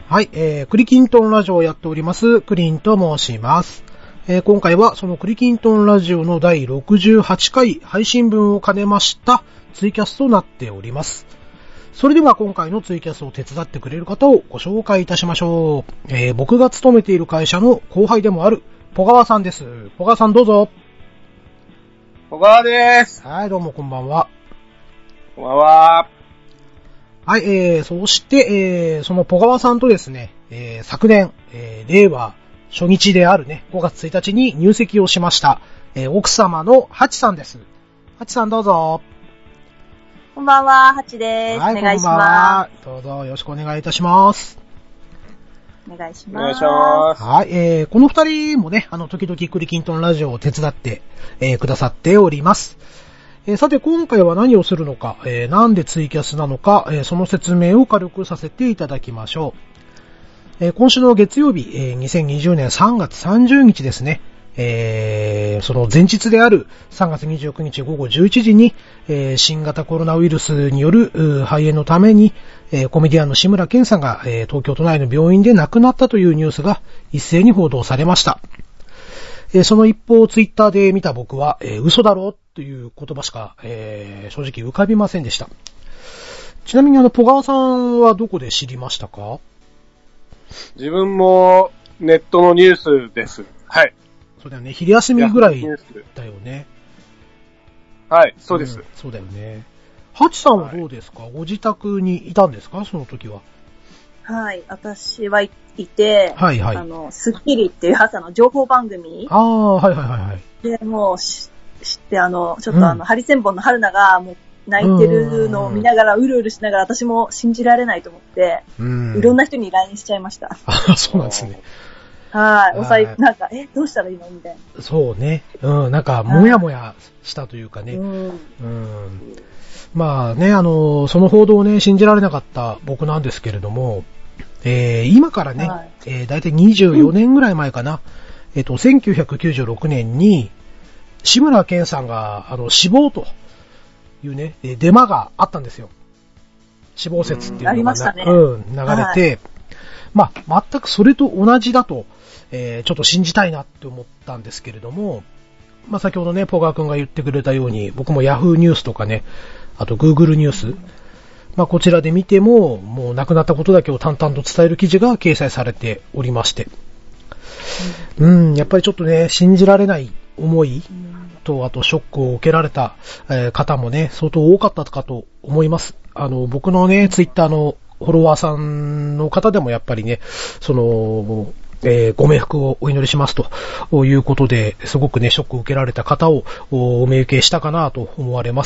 はい、クリキントンラジオをやっております、クリンと申します。今回はそのクリキントンラジオの第68回配信分を兼ねましたツイキャスとなっております。それでは今回のツイキャスを手伝ってくれる方をご紹介いたしましょう。僕が勤めている会社の後輩でもあるポガワさんです。ポガワさんどうぞ。 小川です。 はい、どうもこんばんは。 こんばんは。 はい、そして、そのポガワさんとですね、昨年、令和初日であるね、5月1日に入籍をしました、奥様のハチさんです。ハチさんどうぞ。 こんばんは、ハチです。 はい、 お願いします。 こんばんは。どうぞよろしくお願いいたします。 お願いしお願います。 します。 はい、この二人もね、時々クリキントンラジオを手伝って、くださっております。さて今回は何をするのか、なんでツイキャスなのか、その説明を軽くさせていただきましょう。今週の月曜日、2020年3月30日ですね、その前日である3月29日午後11時に、新型コロナウイルスによる肺炎のために、コメディアンの志村けんさんが、東京都内の病院で亡くなったというニュースが一斉に報道されました。その一報をツイッターで見た僕は、嘘だろという言葉しか、正直浮かびませんでした。ちなみにポガワさんはどこで知りましたか？ 自分もネットのニュースです。はい。 そうだよね。昼休みぐらいだよね。 はい、そうです。 そうだよね。ハチさんはどうですか？ご自宅にいたんですか？その時は。 はい、私はいて、 はいはい。 スッキリっていう朝の情報番組はいはいはいはい。 で、もう知って、ちょっとハリセンボンの春菜がもう泣いてるのを見ながら、うるうるしながら私も信じられないと思って、いろんな人に LINE しちゃいました。 そうなんですね。 はい、なんか、どうしたらいいのみたいな。 そうね。なんか、もやもやしたというかね。まあね、その報道をね、信じられなかった僕なんですけれども、今からね、だいたい24年ぐらい前かな、1996年に、志村けんさんが、死亡というね、デマがあったんですよ。死亡説っていうのがありましたね。 流れて、まあ、全くそれと同じだと、ちょっと信じたいなって思ったんですけれども、まあ、先ほどね、ポガー君が言ってくれたように、僕もヤフーニュースとかね、あと Google ニュース、まあ、こちらで見ても、もう亡くなったことだけを淡々と伝える記事が掲載されておりまして。やっぱりちょっとね、信じられない思いと、あとショックを受けられた方もね、相当多かったかと思います。僕のね、ツイッターのフォロワーさんの方でもやっぱりね、ご冥福をお祈りしますということで、すごくね、ショックを受けられた方をお見受けしたかなと思われます。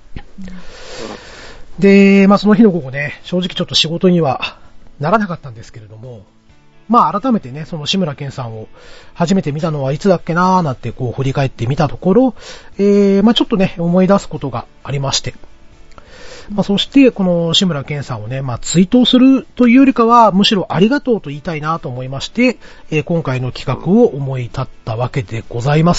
で、まあその日の午後ね、正直ちょっと仕事にはならなかったんですけれども、まあ改めてね、その志村けんさんを初めて見たのはいつだっけなーなんてこう振り返ってみたところ、まあちょっとね、思い出すことがありまして、まあそしてこの志村けんさんをね、まあ追悼するというよりかは、むしろありがとうと言いたいなと思いまして、今回の企画を思い立ったわけでございます。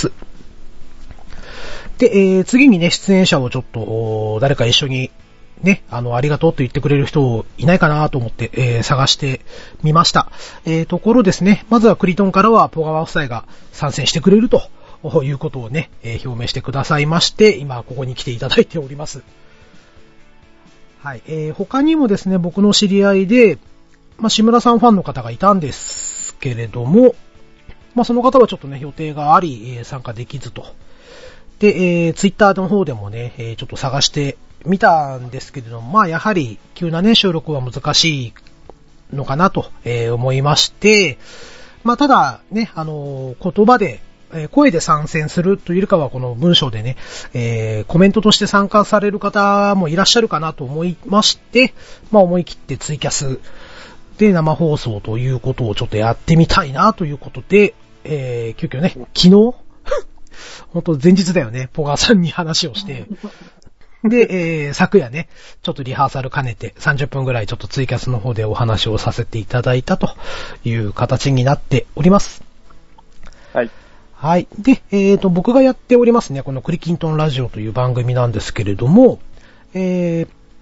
で、次にね、出演者をちょっと誰か一緒にね、ありがとうと言ってくれる人いないかなと思って、探してみました。ところですね、まずはクリトンからはポガワ夫妻が参戦してくれるということをね、表明してくださいまして、今ここに来ていただいております。はい、他にもですね、僕の知り合いで、まあ、志村さんファンの方がいたんですけれども、まあ、その方はちょっとね、予定があり、参加できずと。で、ツイッターの方でもね、ちょっと探してみたんですけれども、まあやはり急なね、収録は難しいのかなと、思いまして、まあただね、言葉で、声で参戦するというよりかはこの文章でね、コメントとして参加される方もいらっしゃるかなと思いまして、まあ思い切ってツイキャスで生放送ということをちょっとやってみたいなということで、急遽ね、昨日本当前日だよね、ポガーさんに話をして、で、昨夜ね、ちょっとリハーサル兼ねて30分ぐらいちょっとツイキャスの方でお話をさせていただいたという形になっております。 はい。 はい。で、僕がやっておりますね、このクリキントンラジオという番組なんですけれども、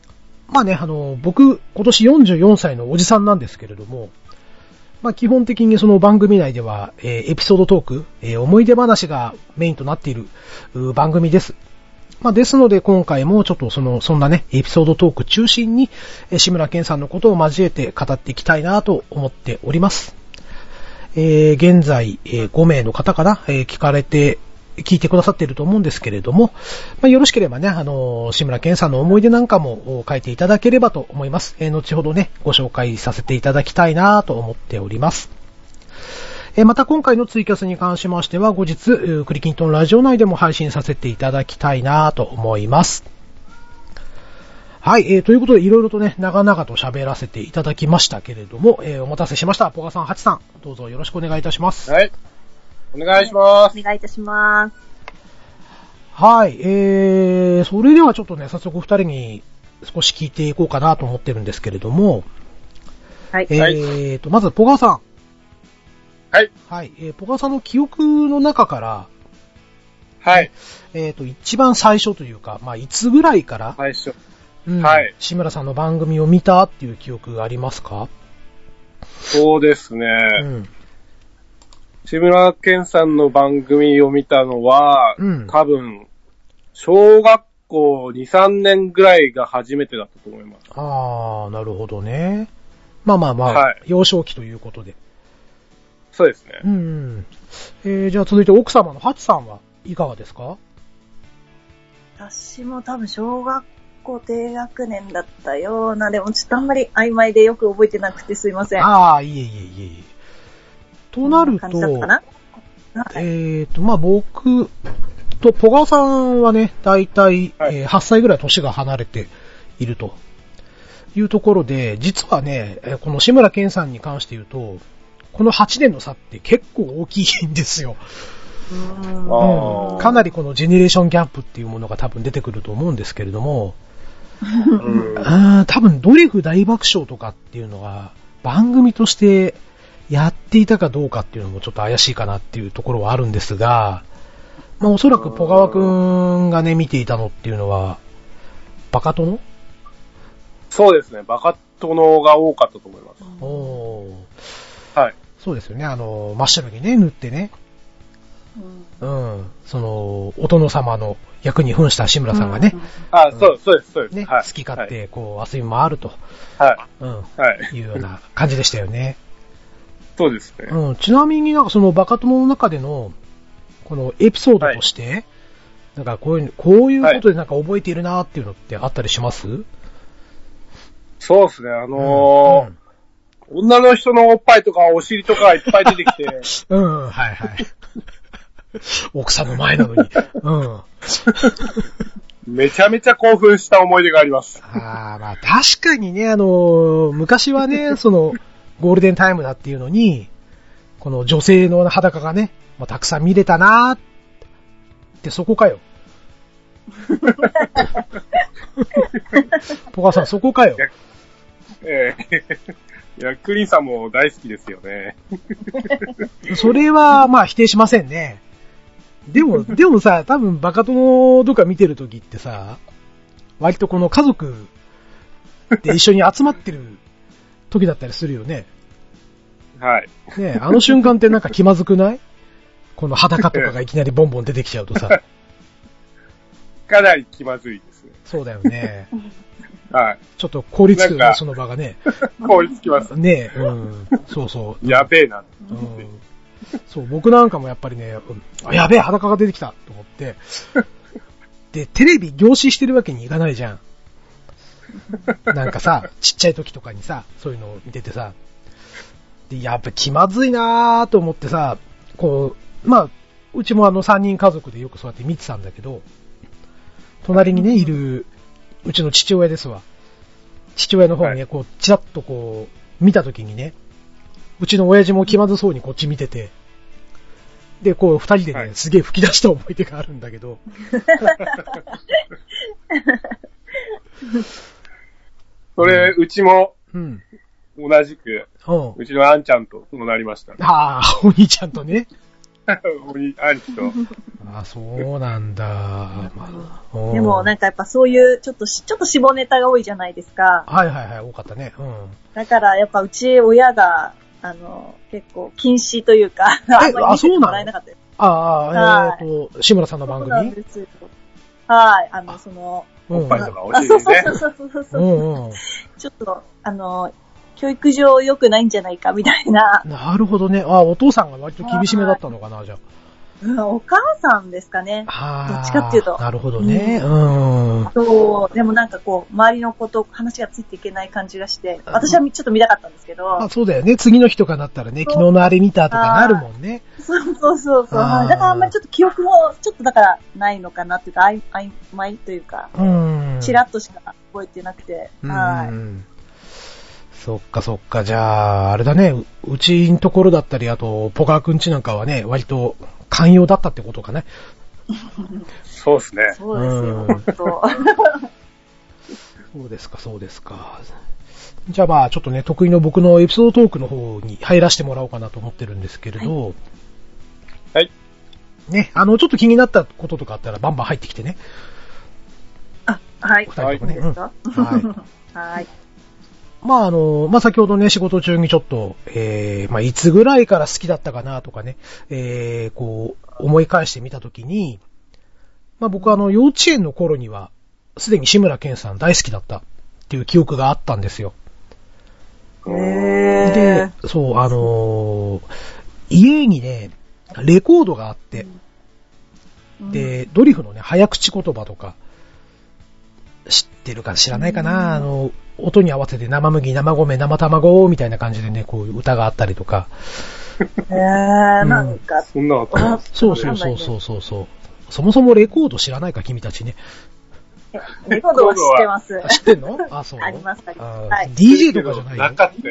まあね、僕、今年44歳のおじさんなんですけれども、まあ基本的にその番組内では、エピソードトーク、思い出話がメインとなっている番組です。まあですので今回もちょっとそんなね、エピソードトーク中心に、志村けんさんのことを交えて語っていきたいなと思っております。現在、5名の方かな、聞いてくださっていると思うんですけれども、まあ、よろしければね、志村けんさんの思い出なんかも書いていただければと思います。後ほどね、ご紹介させていただきたいなと思っております。また今回のツイキャスに関しましては、後日、クリキントンラジオ内でも配信させていただきたいなと思います。はい、ということで、いろいろとね、長々と喋らせていただきましたけれども、お待たせしました。ポガさん、ハチさん、どうぞよろしくお願いいたします。 はい。お願いします。 お願いいたします。 はい、それではちょっとね、早速二人に少し聞いていこうかなと思ってるんですけれども、 はい。 まず、ポガさん。 はい。 はい、ポガさんの記憶の中から、 はい。 一番最初というか、まあ、いつぐらいから、 最初。 はい。志村さんの番組を見たっていう記憶がありますか？ そうですね。志村けんさんの番組を見たのは、多分、小学校2、3年ぐらいが初めてだったと思います。 ああ、なるほどね。まあ、はい、幼少期ということで。 そうですね。 じゃあ続いて奥様のハチさんはいかがですか？ 私も多分小学校低学年だったような、でもちょっとあんまり曖昧でよく覚えてなくてすいません。 ああ、いえ。となると、まあ僕とポガさんはね、だいたい8歳ぐらい年が離れているというところで、実はね、この志村けんさんに関して言うと、この8年の差って結構大きいんですよ。かなりこのジェネレーションギャップっていうものが多分出てくると思うんですけれども、多分ドリフ大爆笑とかっていうのが番組としてやっていたかどうかっていうのもちょっと怪しいかなっていうところはあるんですが、まあおそらくポガワくんがね見ていたのっていうのはバカ殿？ そうですね、バカ殿が多かったと思います。はい。 そうですよね、真っ白にね塗ってね、そのお殿様の役に扮した志村さんがね、 そうです。 ね、好き勝手こう遊び回ると、いうような感じでしたよね。 そうですね。 ちなみになんかそのバカ殿の中でのこのエピソードとして、なんかこういうことでなんか覚えているなーっていうのってあったりします？ そうですね。女の人のおっぱいとかお尻とかいっぱい出てきて。 はい。奥さんの前なのに。 めちゃめちゃ興奮した思い出があります。 まあ確かにね、昔はね、その、ゴールデンタイムだっていうのに、この女性の裸がね、まあ、たくさん見れたなーってそこかよ。ポカさんそこかよ。 いや、クリンさんも大好きですよね。 それは、まあ否定しませんね。でもさ、多分バカ殿とか見てるときってさ、割とこの家族で一緒に集まってる時だったりするよね。 はい。 ね、あの瞬間ってなんか気まずくない？この裸とかがいきなりボンボン出てきちゃうとさ。 かなり気まずいですね。 そうだよね。 はい。 ちょっと効率よね、その場がね。 効率きます。 ねそう。 やべえな。 そう、僕なんかもやっぱりね、やべえ、裸が出てきたと思って。で、テレビ凝視してるわけにいかないじゃん。なんかさ、ちっちゃい時とかにさ、そういうのを見ててさ。で、やっぱ気まずいなーと思ってさ、こう、まあ、うちも3人家族でよくそうやって見てたんだけど、隣にね、いる、うちの父親ですわ。父親の方にね、こう、ちらっとこう、見たときにね、うちの親父も気まずそうにこっち見てて、で、こう、二人でね、すげえ吹き出した思い出があるんだけど。 それ、うちも、同じく、うちのあんちゃんとそうなりました。 お兄ちゃんとね。 兄と。 あ、そうなんだ。 まあ、でもなんかやっぱそういうちょっと下ネタが多いじゃないですか。 はいはいはい、多かったね。うん。 だからやっぱうち親が、結構禁止というか、あんまり見せてもらえなかったです。 志村さんの番組？そうなんですよ。 はい、 おっぱいとか教えてね。 そう。ちょっと、教育上良くないんじゃないかみたいな。 なるほどね。お父さんが割と厳しめだったのかな、じゃあ。 お母さんですかね。どっちかっていうと。 なるほどね。 そう。でもなんかこう、周りの子と話がついていけない感じがして、私はちょっと見たかったんですけど。 そうだよね。次の日とかなったらね、昨日のあれ見たとかなるもんね。 そう。だからあんまりちょっと記憶も、ちょっとだからないのかなっていうか、曖昧というか、チラッとしか覚えてなくて。 そっか。じゃあ、あれだね。うちのところだったり、あと、ポカーくんちなんかはね、割と寛容だったってことかね。 そうですね。 そうですよ、 そうですか。じゃあまあ、ちょっとね、得意の僕のエピソードトークの方に入らせてもらおうかなと思ってるんですけれど。 はい。 ね、ちょっと気になったこととかあったらバンバン入ってきてね。 はい。 二人ともね。 はい。 まあ、先ほどね、仕事中にちょっと、まあ、いつぐらいから好きだったかなとかね、こう、思い返してみたときに、まあ、僕幼稚園の頃には、すでに志村けんさん大好きだったっていう記憶があったんですよ。で、そう、家にね、レコードがあって、で、ドリフのね、早口言葉とか、知ってるか知らないかな、音に合わせて生麦、生米、生卵みたいな感じでね、こういう歌があったりとか。 なんか。 そんな歌そう。そもそもレコード知らないか、君たちね。 レコードは知ってます。 知ってんの？そう。 あります。 はい。DJ とかじゃないよ。 なかった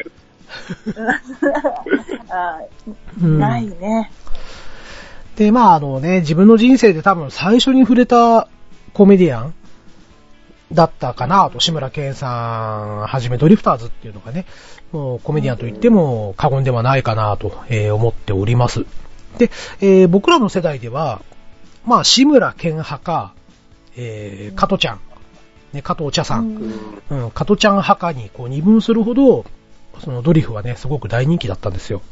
よ。 ないね。 で、まあ自分の人生で多分最初に触れたコメディアンだったかなと、志村けんさんはじめドリフターズっていうのがね、もうコメディアンと言っても過言ではないかなと思っております。で、僕らの世代では、まあ志村けん派か、加トちゃん、ね、加藤茶さん、加トちゃん派かにこう二分するほど、そのドリフはね、すごく大人気だったんですよ。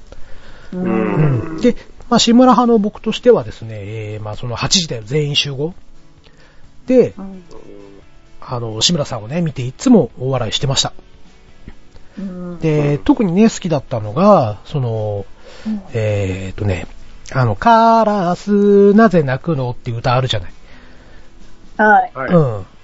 で、まあ志村派の僕としてはですね、まあその8時だよ全員集合で、志村さんをね、見ていつも大笑いしてました。で、特にね、好きだったのが、カラスなぜ鳴くのっていう歌あるじゃない。 はい。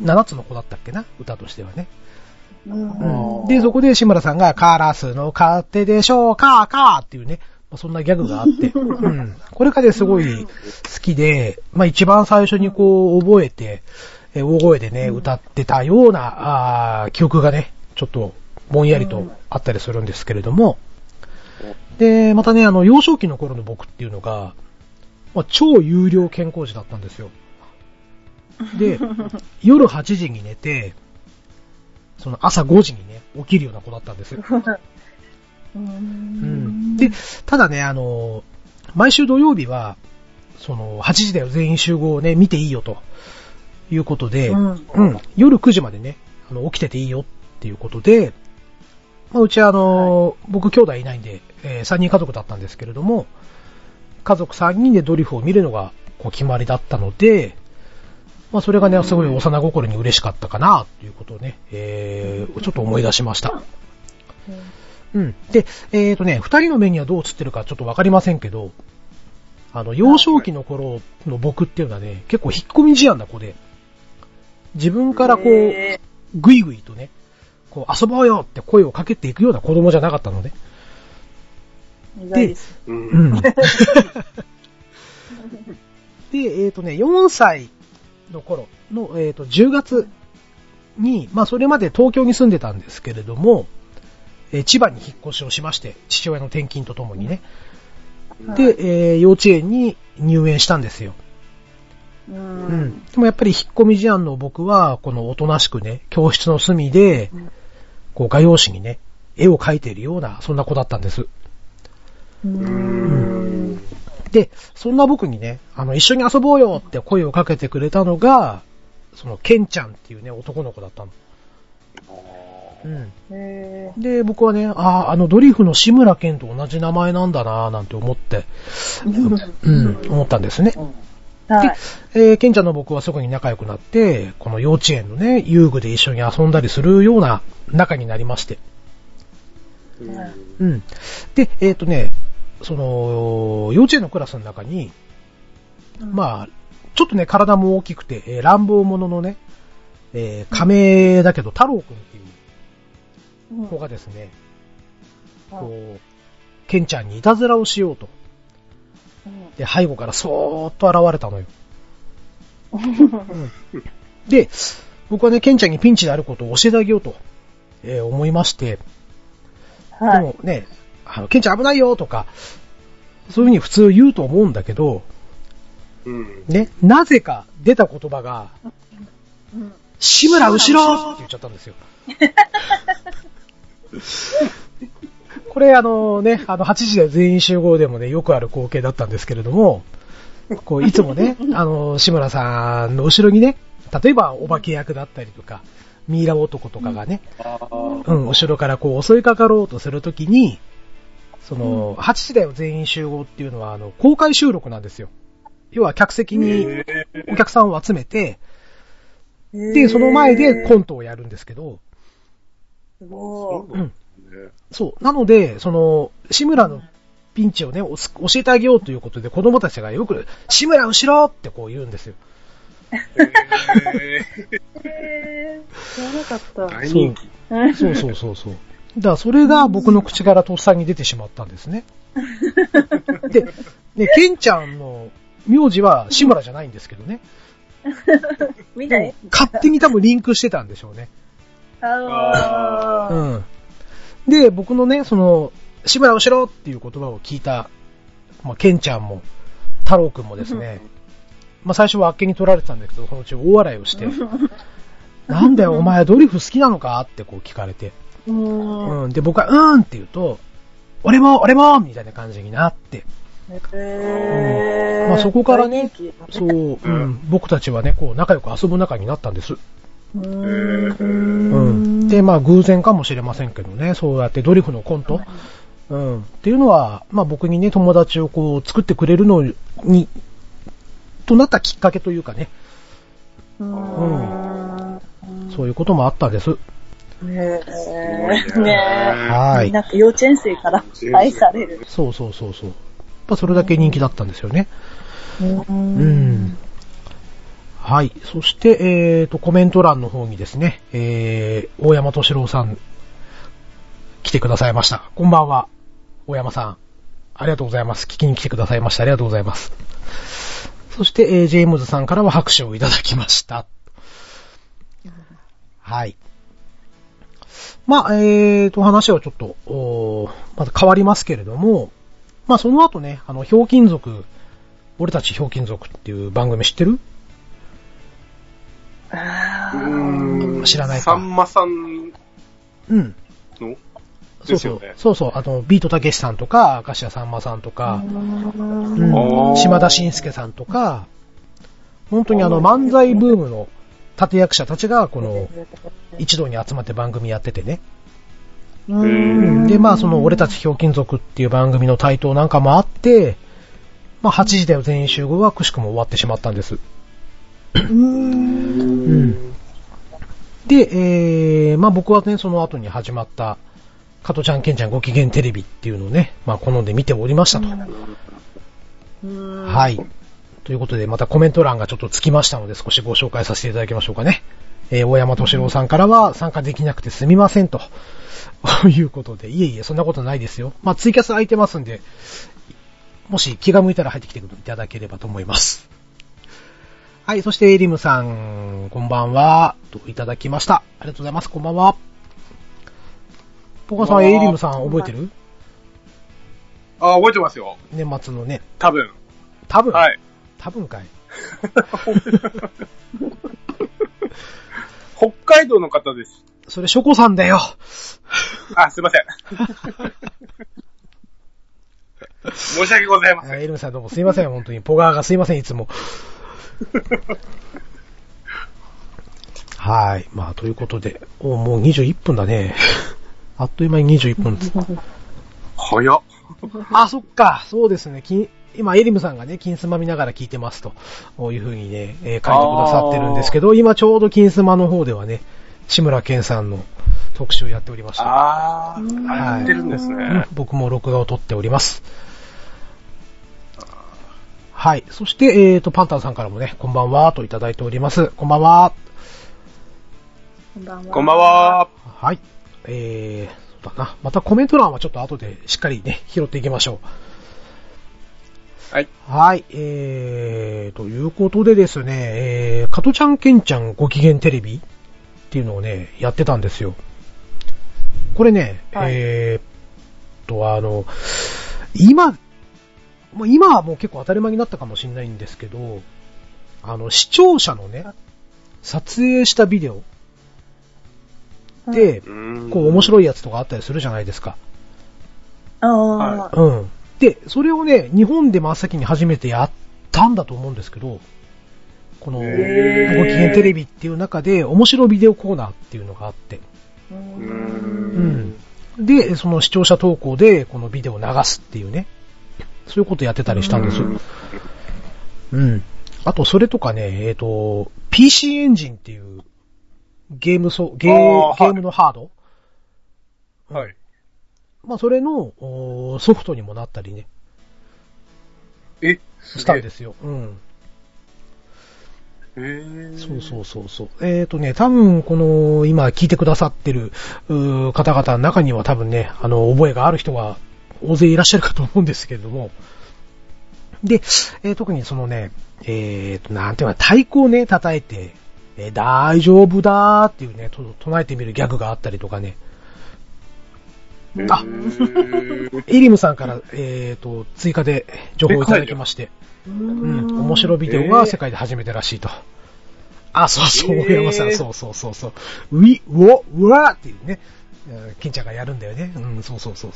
7つの子だったっけな、歌としてはね。で、そこで志村さんがカラスの勝手でしょうかっていうね、そんなギャグがあって、これからすごい好きで、まあ一番最初にこう覚えて、大声でね、歌ってたような、記憶がね、ちょっとぼんやりとあったりするんですけれども、で、またね、幼少期の頃の僕っていうのが、まあ、超有料健康児だったんですよ。で、夜8時に寝て、その朝5時にね、起きるような子だったんですよ。で、ただね、毎週土曜日は、その、8時だよ全員集合をね、見ていいよと。いうことで、夜9時までね、起きてていいよっていうことで、まあ、うち僕兄弟いないんで、3人家族だったんですけれども、家族3人でドリフを見るのがこう決まりだったので、まあそれがね、すごい幼心に嬉しかったかなということをね、ちょっと思い出しました。で、二人の目にはどう映ってるかちょっとわかりませんけど、幼少期の頃の僕っていうのはね、結構引っ込み思案な子で、自分からこう、ぐいぐいとね、こう遊ぼうよって声をかけていくような子供じゃなかったので。で、で、4歳の頃の、10月に、まあそれまで東京に住んでたんですけれども、千葉に引っ越しをしまして、父親の転勤とともにね。で、幼稚園に入園したんですよ。でもやっぱり引っ込み思案の僕は、このおとなしくね、教室の隅で、こう画用紙にね、絵を描いているような、そんな子だったんです。 で、そんな僕にね、一緒に遊ぼうよって声をかけてくれたのが、その、ケンちゃんっていうね、男の子だったの。で、僕はね、ドリフの志村けんと同じ名前なんだなぁなんて思って、思ったんですね。で、ケンちゃんの僕はすぐに仲良くなって、この幼稚園のね、遊具で一緒に遊んだりするような仲になりまして。で、その、幼稚園のクラスの中に、まあ、ちょっとね、体も大きくて、乱暴者のね、亀だけど太郎くんっていう子がですね、こう、ケンちゃんにいたずらをしようと。で、背後からそーっと現れたのよ。で、僕はね、ケンちゃんにピンチであることを教えてあげようと、思いまして、でもね、ケンちゃん危ないよとか、そういう風に普通言うと思うんだけど、ね、なぜか出た言葉が、志村後ろって言っちゃったんですよ。これね、8時で全員集合でもね、よくある光景だったんですけれども、こう、いつもね、志村さんの後ろにね、例えばお化け役だったりとか、ミイラ男とかがね、後ろからこう襲いかかろうとするときに、その、8時だよ全員集合っていうのは、公開収録なんですよ。要は客席にお客さんを集めて、で、その前でコントをやるんですけど、そう。なので、その、志村のピンチをね、教えてあげようということで、子供たちがよく、志村後ろってこう言うんですよ。 知らなかった。 大人気。 そう。だからそれが僕の口からとっさに出てしまったんですね。で、ケンちゃんの名字は志村じゃないんですけどね。 みたい。 勝手に多分リンクしてたんでしょうね。で、僕のね、その、志村後ろっていう言葉を聞いた、まあ、ケンちゃんも、太郎くんもですね、まあ、最初はあっけに取られてたんだけど、そのうち大笑いをして、なんだよお前ドリフ好きなのかってこう聞かれて、で、僕はって言うと、俺もみたいな感じになって、まあ、そこからね、そう、僕たちはね、こう仲良く遊ぶ仲になったんです。で、まあ偶然かもしれませんけどね、そうやってドリフのコント、っていうのは、まあ僕にね、友達をこう作ってくれるのに、となったきっかけというかね、そういうこともあったんです。はい。 なんか幼稚園生から愛される。 そう。それだけ人気だったんですよね。はい。そして、コメント欄の方にですね、大山敏郎さん、来てくださいました。こんばんは。大山さん。ありがとうございます。聞きに来てくださいました。ありがとうございます。そして、ジェームズさんからは拍手をいただきました。はい。まあ、話はちょっと、また変わりますけれども、まあ、その後ね、ひょうきん族、俺たちひょうきん族っていう番組知ってる？知らないか。 さんまさんのですよね。 そう。ビートたけしさんとか、明石家さんまさんとか、島田紳介さんとか、本当に漫才ブームの立役者たちが、この、一堂に集まって番組やっててね。で、まあ、その、俺たちひょうきん族っていう番組の台頭なんかもあって、まあ、8時だよ全員集合はくしくも終わってしまったんです。で、まあ僕はね、その後に始まった、加トちゃんケンちゃんご機嫌テレビっていうのをね、まあ好んで見ておりましたと。はい。ということで、またコメント欄がちょっとつきましたので、少しご紹介させていただきましょうかね。大山敏郎さんからは参加できなくてすみませんと。いうことで、いえ、そんなことないですよ。まあツイキャス空いてますんで、もし気が向いたら入ってきていただければと思います。はい、そしてエリムさん、こんばんは、といただきました。ありがとうございます、こんばんは。ポカさん、エリムさん覚えてる？ 覚えてますよ。 年末のね。 多分はい。多分かい。 北海道の方です。 それ、ショコさんだよ。 すいません。 申し訳ございません。 エルムさんどうもすいません、本当に。ポガーがすいません、いつも。はい。まあ、ということで、もう21分だね。あっという間に21分です。 早っ。 あ、そっか。そうですね。今、エリムさんがね、金スマ見ながら聞いてますと、こういう風にね、書いてくださってるんですけど、今ちょうど金スマの方ではね、志村けんさんの特集をやっておりました。 はい、やってるんですね。 僕も録画を撮っております。はい。そして、パンタンさんからもね、こんばんはといただいております。こんばんは。 こんばんは。 こんばんは。 はい。そうだな。またコメント欄はちょっと後でしっかりね、拾っていきましょう。はい。 はい。ということでですね、加トちゃんケンちゃんご機嫌テレビっていうのをね、やってたんですよ。これね、はい、今はもう結構当たり前になったかもしれないんですけど、視聴者のね、撮影したビデオで、こう面白いやつとかあったりするじゃないですか。 ああ。 うん。で、それをね、日本で真っ先に初めてやったんだと思うんですけど、この、ご機嫌テレビっていう中で、面白ビデオコーナーっていうのがあって、で、その視聴者投稿で、このビデオを流すっていうね、そういうことやってたりしたんですよ。あと、それとかね、PC エンジンっていう、ゲームのハード、 はい。 まあ、それの、ソフトにもなったりね。したんですよ。そう。多分、この、今聞いてくださってる、方々の中には多分ね、覚えがある人は大勢いらっしゃるかと思うんですけれども。で、特にそのね、なんていうか、太鼓をね、叩いて、大丈夫だーっていうね、唱えてみるギャグがあったりとかね。あ、エリムさんから、追加で情報をいただきまして。面白ビデオは世界で初めてらしいと。あ、そう、大山さん、そう。うわっていうね、ケンちゃんがやるんだよね。そう。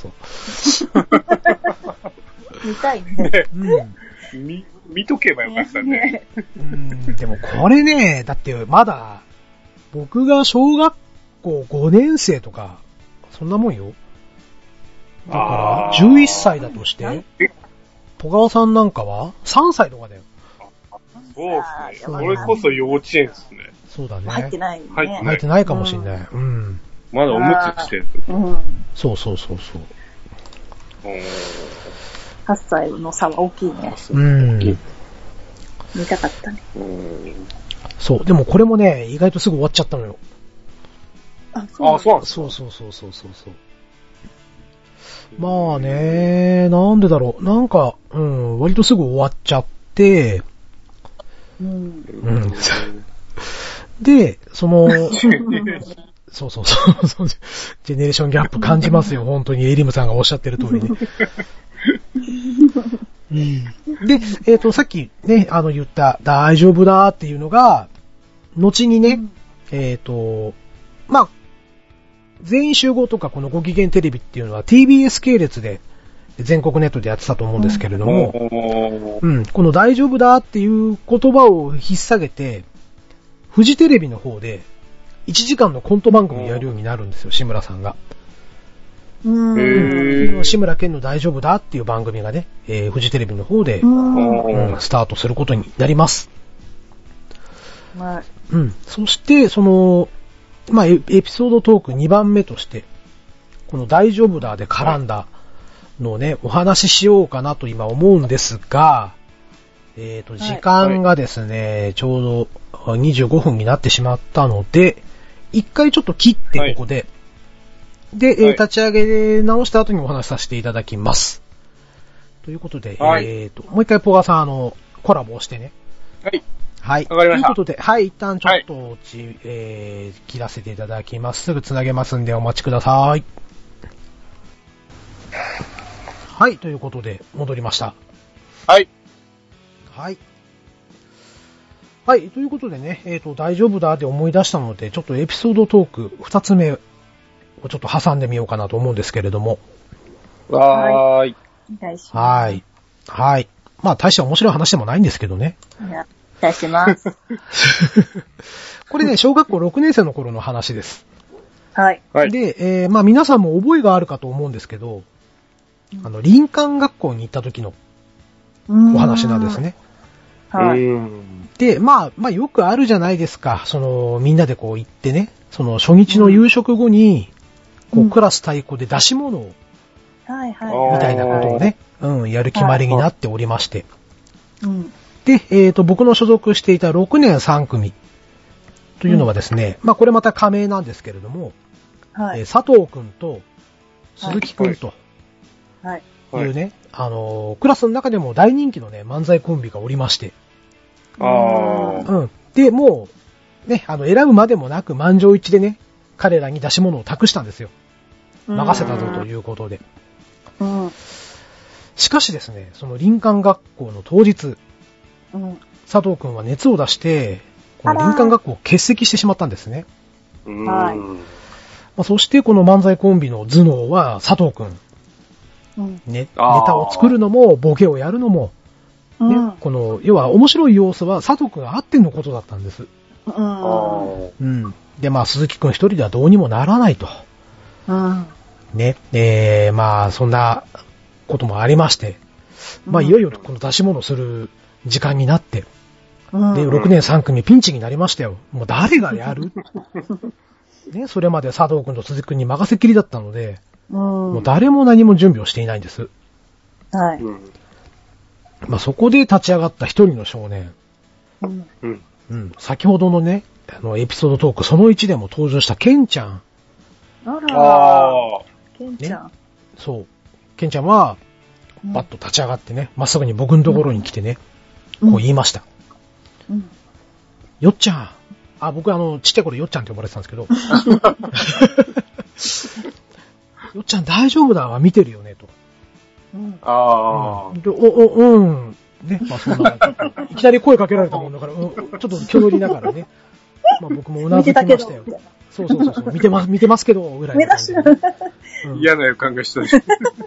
見たいね。 見とけばよかったね。 でもこれね、だってまだ、僕が小学校5年生とか、そんなもんよ。だから、11歳だとして、ポガワさんなんかは3歳とかだよ。 そうですね。それこそ幼稚園ですね。 そうだね。 入ってない、ね。 入ってないかもしんない。 まだおむつしてる。 そう。 8歳の差は大きいね。見たかったね。 そう。でもこれもね、意外とすぐ終わっちゃったのよ。 そうなんですそう。まあね、なんでだろう。なんか、割とすぐ終わっちゃって、で、その、そう。ジェネレーションギャップ感じますよ。本当にエリムさんがおっしゃってる通りね。で、さっきね、言った大丈夫だっていうのが、後にね、まあ、全員集合とかこのご機嫌テレビっていうのは TBS 系列で全国ネットでやってたと思うんですけれども、この大丈夫だっていう言葉を引っ提げて、フジテレビの方で1時間のコント番組やるようになるんですよ、志村さんが。志村けんの大丈夫だっていう番組がね、フジテレビの方で、スタートすることになります。そして、その、まあ、エピソードトーク2番目として、この大丈夫だで絡んだのをね、お話ししようかなと今思うんですが、時間がですね、ちょうど25分になってしまったので、一回ちょっと切ってここで、で、立ち上げ直した後にお話しさせていただきます。ということで、もう一回ポガさんコラボをしてね。はい。わかりました。ということで、一旦ちょっと切らせていただきます。すぐ繋げますんでお待ちください。はい、ということで、戻りました。はい、ということでね、大丈夫だって思い出したので、ちょっとエピソードトーク2つ目をちょっと挟んでみようかなと思うんですけれども。 お願いします。 はい。はい。まあ、大して面白い話でもないんですけどね。 いや、期待してます。 これね、小学校6年生の頃の話です。 はい。 で、まあ皆さんも覚えがあるかと思うんですけど、林間学校に行った時のお話なんですね。 はい。 で、まあよくあるじゃないですか。みんなでこう行ってね、初日の夕食後に、クラス対抗で出し物を、 はいはい。 みたいなことをね、やる決まりになっておりまして。で、僕の所属していた6年3組というのはですね、まあこれまた仮名なんですけれども、佐藤くんと鈴木くんというね、クラスの中でも大人気のね、漫才コンビがおりまして。で、もう、ね、選ぶまでもなく満場一致でね、彼らに出し物を託したんですよ。任せたぞということで。しかしですね、その林間学校の当日、佐藤くんは熱を出して、この林間学校を欠席してしまったんですね。そしてこの漫才コンビの頭脳は佐藤くん。ネタを作るのも、ボケをやるのも、ね、要は面白い要素は佐藤くんがあってのことだったんです。で、まあ鈴木くん一人ではどうにもならないと。ね、まあそんなこともありまして、まあいよいよこの出し物をする時間になって、で、6年3組ピンチになりましたよ。もう誰がやるね、それまで佐藤くんと鈴木くんに任せっきりだったので、もう誰も何も準備をしていないんです。 はい。 まあそこで立ち上がった一人の少年。先ほどのね、エピソードトークその1でも登場したケンちゃん。 ケンちゃん。 そう。ケンちゃんは、バッと立ち上がってね、まっすぐに僕のところに来てね、こう言いました。よっちゃん。僕ちっちゃい頃よっちゃんって呼ばれてたんですけど。よっちゃん大丈夫だわ、見てるよね、と。ね、まあそんな、いきなり声かけられたもんだから、ちょっと気取りながらね。まあ僕もうなずきましたよ。そう、見てますけど、ぐらいの感じで。 嫌な予感がしたでしょ。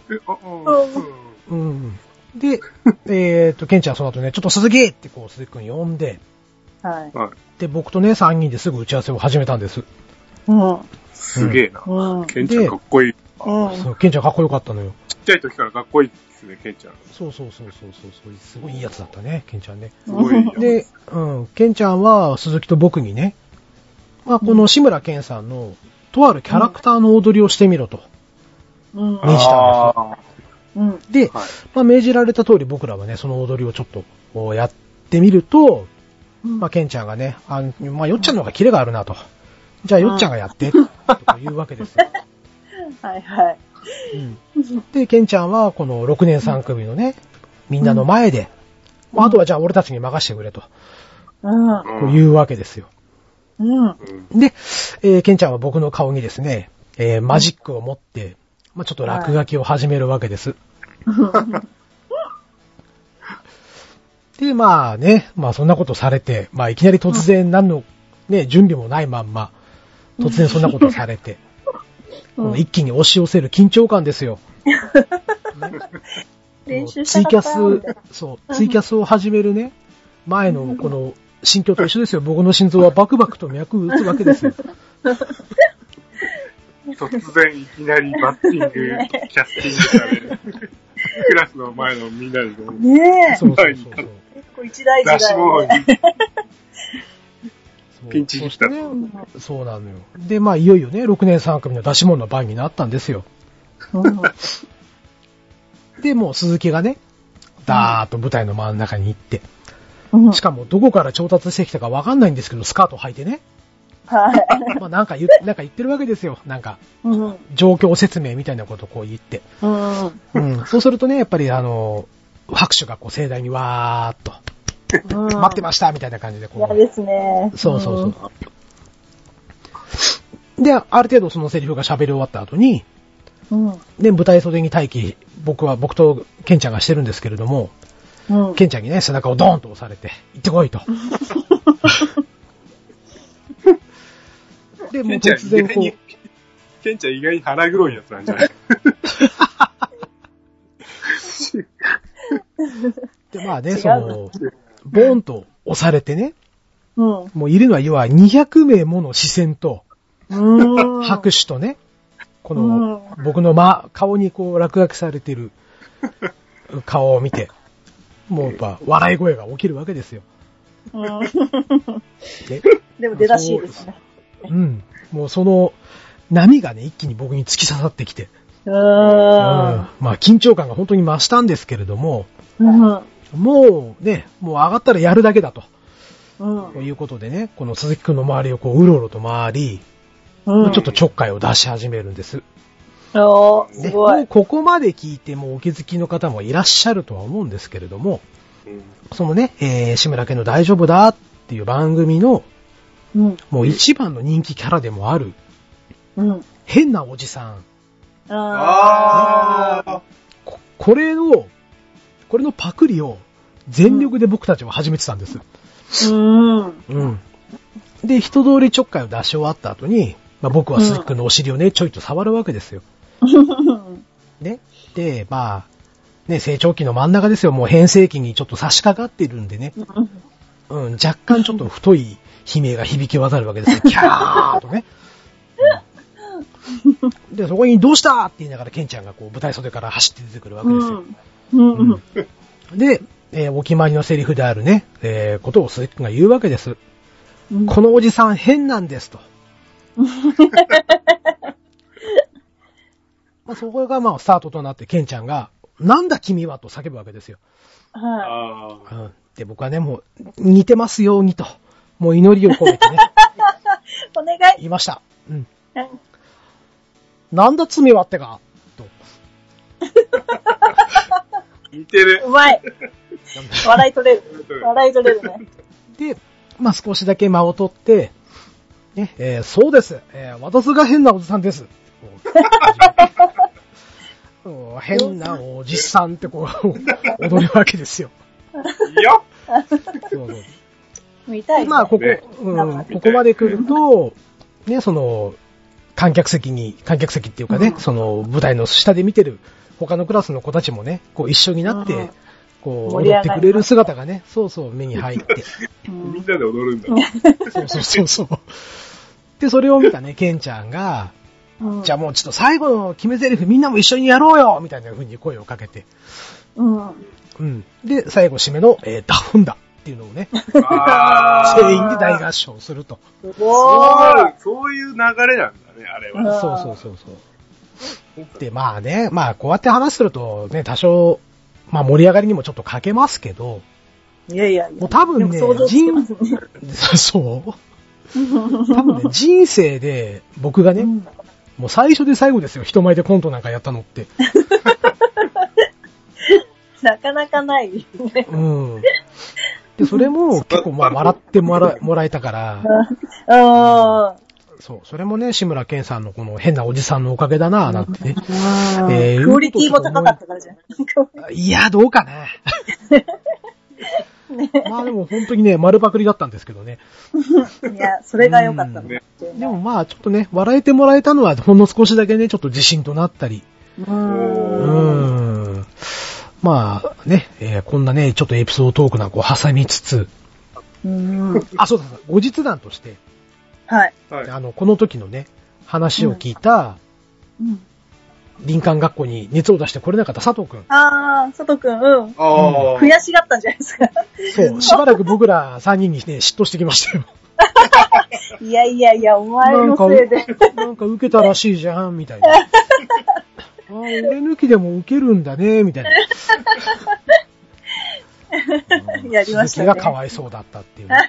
で、ケンちゃんはその後ね、ちょっと鈴木ってこう鈴木くん呼んで、で、僕とね、3人ですぐ打ち合わせを始めたんです。 すげえな。ケンちゃんかっこいい。 そう、ケンちゃんかっこよかったのよ。 ちっちゃい時からかっこいいですね、ケンちゃん。 そう、すごいいいやつだったね、ケンちゃんね。 すごい。 で、ケンちゃんは鈴木と僕にね、まあ、この志村けんさんの、とあるキャラクターの踊りをしてみろと、命じたんです。で、まあ、命じられた通り僕らはね、その踊りをちょっとやってみると、まあ、ケンちゃんがね、まあ、よっちゃんの方がキレがあるなと。じゃあ、よっちゃんがやって、とか言うわけですよ。 はいはい。 で、ケンちゃんは、この6年3組のね、みんなの前で、あとはじゃあ俺たちに任せてくれと、こう言うわけですよ。で、ケンちゃんは僕の顔にですね、マジックを持って、まあ、ちょっと落書きを始めるわけです。で、まあね、まあそんなことされて、まあいきなり突然何のね、準備もないまんま、突然そんなことされて、一気に押し寄せる緊張感ですよ。 練習ツイキャスを始めるね、前のこの心境と一緒ですよ。僕の心臓はバクバクと脈打つわけですよ。 突然いきなりバッティング、キャスティングされる。クラスの前のみんなでねえ。 そう。 結構一大事だよね。 ピンチヒッター。そうなのよ。で、まあいよいよね、6年3組の出し物の番になったんですよ。で、もう鈴木がね、ダーッと舞台の真ん中に行って、しかもどこから調達してきたかわかんないんですけど、スカート履いてね。 はい。 まあなんか言ってるわけですよ。なんか、状況説明みたいなことをこう言って。そうするとね、やっぱり拍手がこう盛大にわーっと、待ってましたみたいな感じでこう。 嫌ですね。 そう。で、ある程度そのセリフが喋り終わった後に、で、舞台袖に待機、僕とケンちゃんがしてるんですけれども、ケンちゃんにね、背中をドーンと押されて、行ってこいと。で、もう突然こう。 ケンちゃん意外に腹黒いやつなんじゃないで、まあね、ボーンと押されてね、 うん。 もういるのは要は200名もの視線と、拍手とね、この、僕の顔にこう落書きされてる顔を見て、もうやっぱ笑い声が起きるわけですよ。 でも出だしいですね。 うん。もうその波がね、一気に僕に突き刺さってきて。まあ緊張感が本当に増したんですけれども、もうね、もう上がったらやるだけだと。ということでね、この鈴木くんの周りをこううろうろと回り、ちょっとちょっかいを出し始めるんです。 すごい。 もうここまで聞いてもお気づきの方もいらっしゃるとは思うんですけれども、そのね、志村けんの大丈夫だっていう番組の、もう一番の人気キャラでもある、変なおじさん。これのパクリを全力で僕たちは始めてたんです。で、一通りちょっかいを出し終わった後に、まあ、僕は鈴木くんのお尻をね、ちょいと触るわけですよ。ね。で、まあ、ね、成長期の真ん中ですよ。もう変声期にちょっと差し掛かってるんでね。若干ちょっと太い悲鳴が響き渡るわけですよ。キャーとね。で、そこにどうしたって言いながらケンちゃんがこう舞台袖から走って出てくるわけですよ。で、お決まりのセリフであるね、ことを鈴木くんが言うわけです。このおじさん変なんですと。まあ、そこがまあスタートとなってケンちゃんが、なんだ君はと叫ぶわけですよ。で、僕はね、もう似てますようにと、もう祈りを込めてね。 お願い。 言いました。なんだ罪はってかと。 似てる。 うまい。笑い取れる。笑い取れるね。 で、まあ、少しだけ間を取って、ね、そうです。私が変なおじさんです。変なおじさんってこう、踊るわけですよ。 いやそう見たい、ね。 まあ、ここまで来ると、ね、観客席っていうかね、その舞台の下で見てる他のクラスの子たちもね、こう一緒になって、こう踊ってくれる姿がね、目に入って。 みんなで踊るんだ。 そう。で、それを見たね、ケンちゃんが、じゃあもうちょっと最後の決め台詞みんなも一緒にやろうよみたいな風に声をかけて。で、最後締めの、ダフンだっていうのをね、全員で大合唱すると。 そういう流れなんだね、あれは。 そう。で、まあね、まあこうやって話するとね、多少、まあ盛り上がりにもちょっと欠けますけど、 いや。 もう多分ね、多分ね、人生で僕がね、もう最初で最後ですよ、人前でコントなんかやったのって。 なかなかない、ね。 で、それも結構まあ笑ってもらえたから、そう、それもね、志村けんさんのこの変なおじさんのおかげだなぁなんてね。 クオリティも高かったからじゃん。 いや、どうかな。まあでも本当にね、丸パクリだったんですけどね。 いや、それが良かったの、 でもまあちょっとね、笑えてもらえたのはほんの少しだけね、ちょっと自信となったり。まあね、こんなね、ちょっとエピソードトークなんかを挟みつつ。そうだ、後日談として。 はい。 この時のね、話を聞いた、林間学校に熱を出して来れなかった佐藤くん。 佐藤くん、悔しがったんじゃないですか。 そう、しばらく僕ら3人にね、嫉妬してきましたよ。 いや、お前のせいで。 なんか受けたらしいじゃん、みたいな。俺抜きでも受けるんだね、みたいな。 やりましたね。 鈴木がかわいそうだったっていう、ね。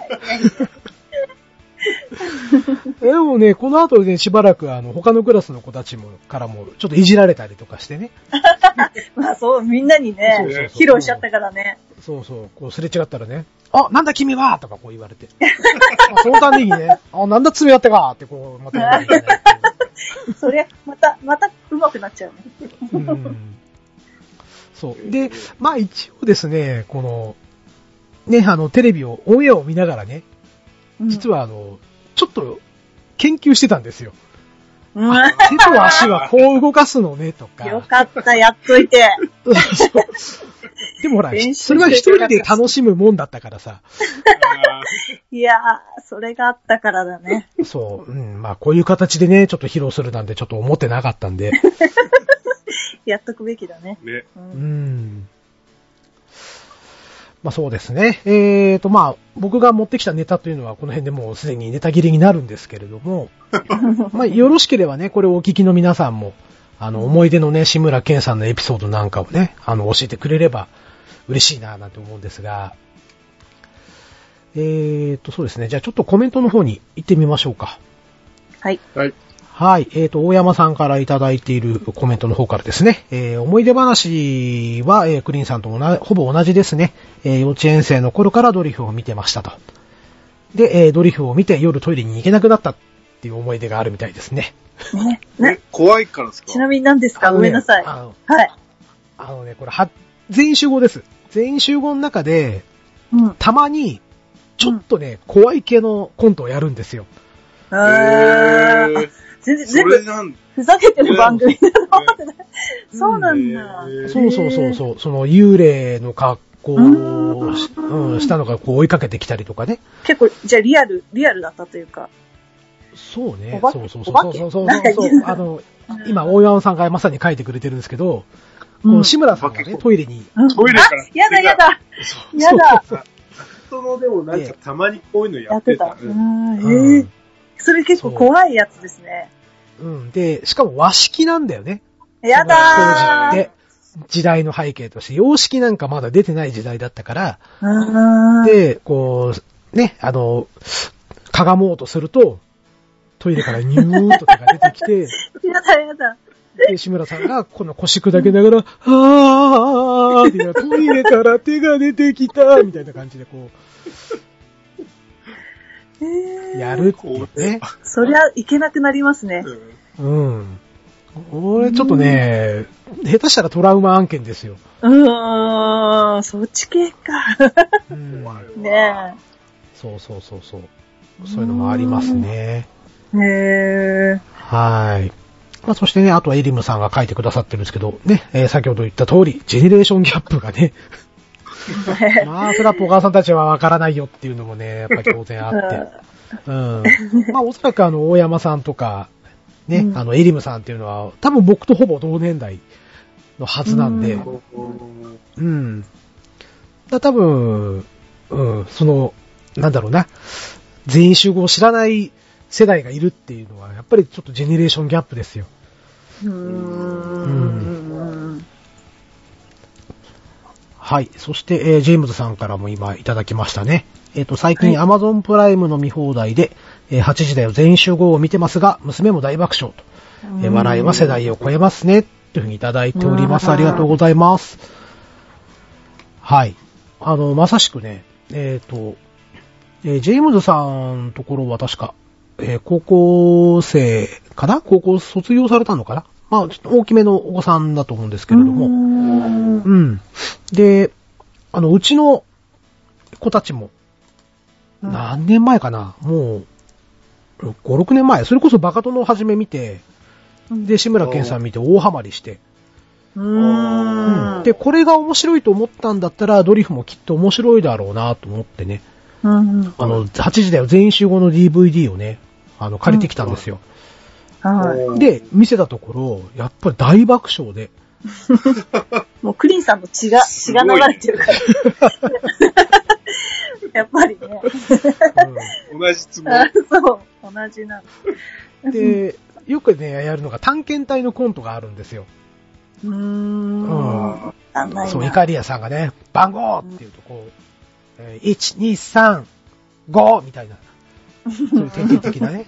でもね、この後ね、しばらく他のクラスの子たちからも、ちょっといじられたりとかしてね。 まあそう、みんなにね、披露しちゃったからね。 そう、こうすれ違ったらね、なんだ君はとかこう言われて。そのためにね、なんだ爪やってかってこう、また言われて、ね。 そりゃ、また上手くなっちゃうね。 そう。で、まあ一応ですね、この、ね、テレビを、オンエアを見ながらね、実はちょっと研究してたんですよ。手と足はこう動かすのねとか。 よかった、やっといて。 でもほら、それは一人で楽しむもんだったからさ。 いやー、それがあったからだね。 そう、まあこういう形でね、ちょっと披露するなんてちょっと思ってなかったんで。 やっとくべきだね。 ね。 まあそうですね。まあ僕が持ってきたネタというのはこの辺でもうすでにネタ切れになるんですけれども、まあよろしければね、これをお聞きの皆さんも、思い出のね、志村けんさんのエピソードなんかをね、教えてくれれば嬉しいななんて思うんですが、そうですね。じゃあちょっとコメントの方に行ってみましょうか。 はい。 はい。 はい。大山さんからいただいているコメントの方からですね。思い出話は、クリーンさんとほぼ同じですね。幼稚園生の頃からドリフを見てましたと。で、ドリフを見て夜トイレに行けなくなったっていう思い出があるみたいですね。 ね。 怖いからですか？ ちなみに何ですか？ごめんなさい。はい。 これ全員集合です。全員集合の中で、たまに、ちょっとね、怖い系のコントをやるんですよ。 全然、ふざけてる番組だと思ってない。そうなんだ。 そう。その幽霊の格好をしたのがこう追いかけてきたりとかね。 結構、じゃあリアルだったというか。 そうね。 そう。 今、大山さんがまさに書いてくれてるんですけど、志村さんがね、トイレに。 トイレから。 やだ。 そのでもなんかたまにこういうのやってた。 それ結構怖いやつですね。 で、しかも和式なんだよね。 やだー。 当時って時代の背景として洋式なんかまだ出てない時代だったから、で、こう、ね、かがもうとすると、トイレからニューッと手が出てきて、 やだ。 で、志村さんがこの腰砕けながら、あーって言うトイレから手が出てきたみたいな感じでこう、やるっていうね。 そりゃいけなくなりますね。 俺ちょっとね、下手したらトラウマ案件ですよ。 そっち系か。ねえ。 そう。そういうのもありますね。はい。まあ、そしてね、あとはエリムさんが書いてくださってるんですけど、ね、先ほど言った通り、ジェネレーションギャップがね、まあ、それはポカーさんたちはわからないよっていうのもね、やっぱり当然あって。まあ、おそらく大山さんとか、ね、エリムさんっていうのは、多分僕とほぼ同年代のはずなんで、多分、なんだろうな、全員集合知らない世代がいるっていうのは、やっぱりちょっとジェネレーションギャップですよ。はい。そして、ジェームズさんからも今いただきましたね。最近 Amazon プライムの見放題で、8時台を全員集合を見てますが、娘も大爆笑と。笑いは世代を超えますね。というふうにいただいております。ありがとうございます。はい。まさしくね、ジェームズさんのところは確か、高校生かな？高校卒業されたのかな？まあ、ちょっと大きめのお子さんだと思うんですけれども。で、うちの子たちも、何年前かな？もう、5、6年前。それこそバカ殿を初め見て、で、志村けんさん見て大ハマりして。で、これが面白いと思ったんだったら、ドリフもきっと面白いだろうなと思ってね。8時台を全員集合の DVD をね、借りてきたんですよ。で、見せたところ、やっぱり大爆笑で。 もうクリンさんの血が流れてるから。やっぱりね。 同じつもり。 そう、同じなの。で、よくね、やるのが探検隊のコントがあるんですよ。そう、イカリアさんがね、番号って言うとこう、1、2、3、5みたいな。そういう典型的なね。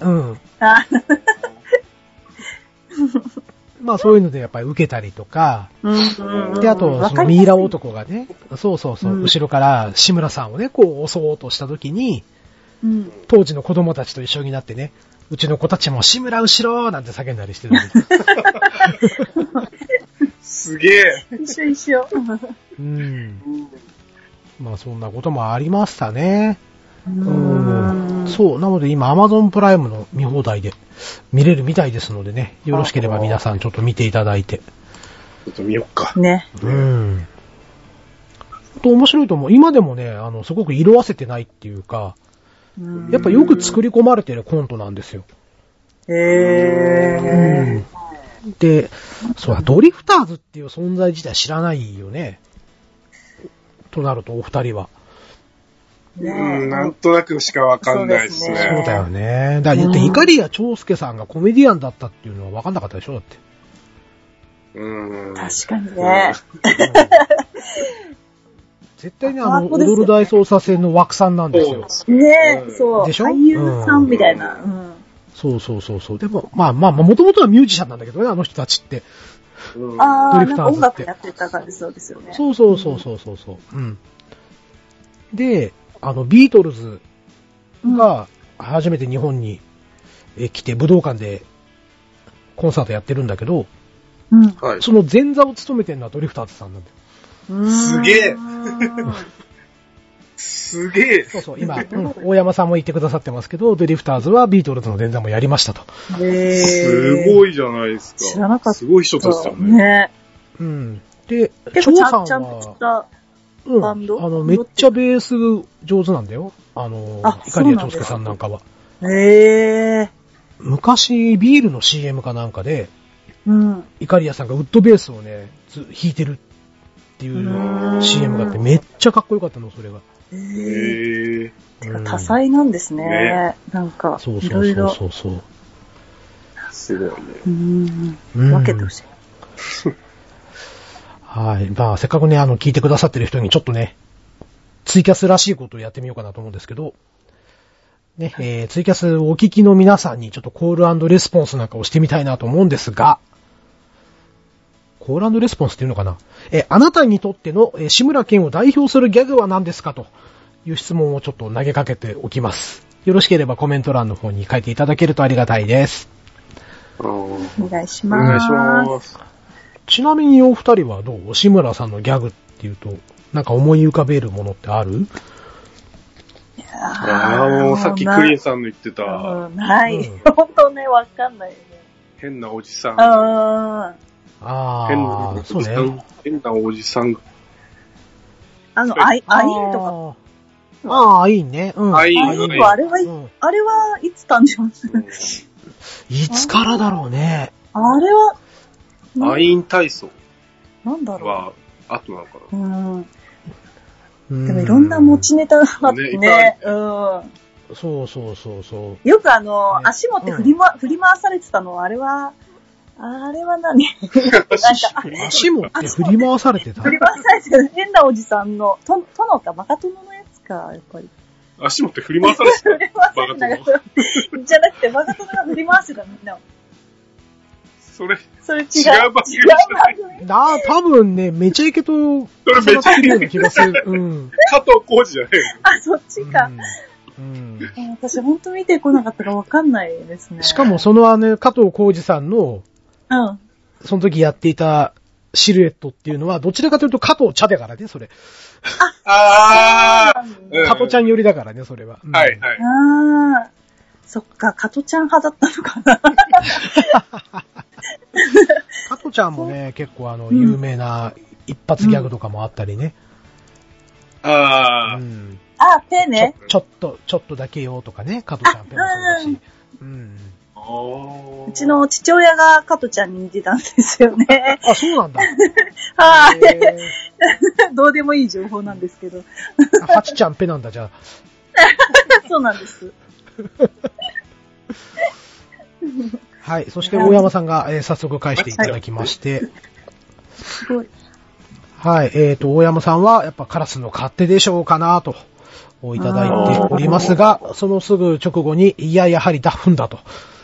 まあそういうのでやっぱり受けたりとか、で、あと、そのミイラ男がね、そう、後ろから志村さんをね、こう襲おうとしたときに、当時の子供たちと一緒になってね、うちの子たちも志村後ろなんて叫んだりしてる。 すげえ。 一緒。 まあそんなこともありましたね。そう、なので今 Amazon プライムの見放題で見れるみたいですのでね、よろしければ皆さんちょっと見ていただいて。 ちょっと見よっか。 ね。 面白いと思う。今でもね、すごく色褪せてないっていうか、やっぱよく作り込まれてるコントなんですよ。で、そうだ、ドリフターズっていう存在自体知らないよね。となると、お二人は。 なんとなくしかわかんないですね。 そうだよね。だって、イカリア長介さんがコメディアンだったっていうのはわかんなかったでしょだって。 確かにね。 絶対に踊る大捜査線の枠さんなんですよ。 ねえ、そう。 でしょ？ 俳優さんみたいな。 そう。でも、もともとはミュージシャンなんだけどね、あの人たちって。 ドリフターズって。音楽やってた感じそうですよね。 そう。で、ビートルズが初めて日本に来て武道館でコンサートやってるんだけど、その前座を務めてるのはドリフターズさんなんだよ。 すげえすげえそう、今、大山さんも言ってくださってますけど、ドリフターズはビートルズの前座もやりましたと。 すごいじゃないですか。 知らなかった。 すごい人ですよね。 で、 結構ちゃんとしたバンド？ めっちゃベース上手なんだよ。イカリア長介さんなんかは。昔、ビールの CM かなんかで、イカリアさんがウッドベースをね、弾いてるっていう CM があって、めっちゃかっこよかったの、それが。 多彩なんですね。なんか、いろいろ。 そう。 すごいね。 分けてほしい。 はい。せっかくね、聞いてくださってる人にちょっとね、ツイキャスらしいことをやってみようかなと思うんですけど、ね、ツイキャスお聞きの皆さんにちょっとコール&レスポンスなんかをしてみたいなと思うんですが、コール&レスポンスっていうのかな？あなたにとっての、志村けんを代表するギャグは何ですかという質問をちょっと投げかけておきます。よろしければコメント欄の方に書いていただけるとありがたいです。 お願いします。 ちなみにお二人はどう？志村さんのギャグっていうと、なんか思い浮かべるものってある？ もうさっきクリーンさんの言ってた。 ない。本当ね、わかんないよね。 変なおじさん。 そうね。 変なおじさん。 アイーンとか。 アイーンね。 アイーンはあれはいつ誕生する？ いつからだろうね。 あれは、 アイーン体操。 なんだろう。 は、後なのかな。 でもいろんな持ちネタがあってね。 そう。 よく足持って振り回されてたのは、あれは何？ 足持って振り回されてた？ 振り回されてた変なおじさんの、殿か、バカ殿のやつか、やっぱり。 足持って振り回されてた？ 振り回されてた。じゃなくて、バカ殿が振り回してたみんなを。 それ違う番組多分ね、めちゃイケと、 それめちゃイケような気がする。 加藤浩次じゃないの？そっちか。私ほんと見てこなかったからわかんないですね。 しかもその加藤浩次さんの、その時やっていたシルエットっていうのは、どちらかというと加藤茶だからね、それ。加藤ちゃん寄りだからね、それは。 はい。 そっか、加藤ちゃん派だったのかな。 加藤ちゃんもね、結構有名な一発ギャグとかもあったりね。 ペね。 ちょっとだけよとかね、加藤ちゃんペもそうだし。 うちの父親が加藤ちゃんに似てたんですよね。 あ、そうなんだ。 はい。どうでもいい情報なんですけど。 ハチちゃんペなんだ、じゃあ。 そうなんです。 はい。そして、大山さんが、早速返していただきまして。 すごい。 はい。大山さんは、やっぱカラスの勝手でしょうかなと、いただいておりますが、そのすぐ直後に、やはりダフンだと。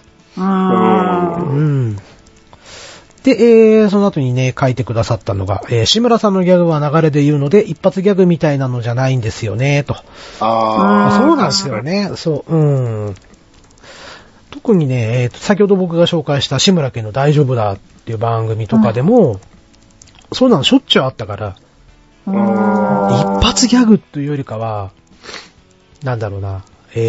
で、その後にね、書いてくださったのが、志村さんのギャグは流れで言うので、一発ギャグみたいなのじゃないんですよね、と。そうなんですよね。そう。特にね、先ほど僕が紹介した志村けんの大丈夫だっていう番組とかでも、そうなのしょっちゅうあったから、一発ギャグというよりかは、なんだろうな、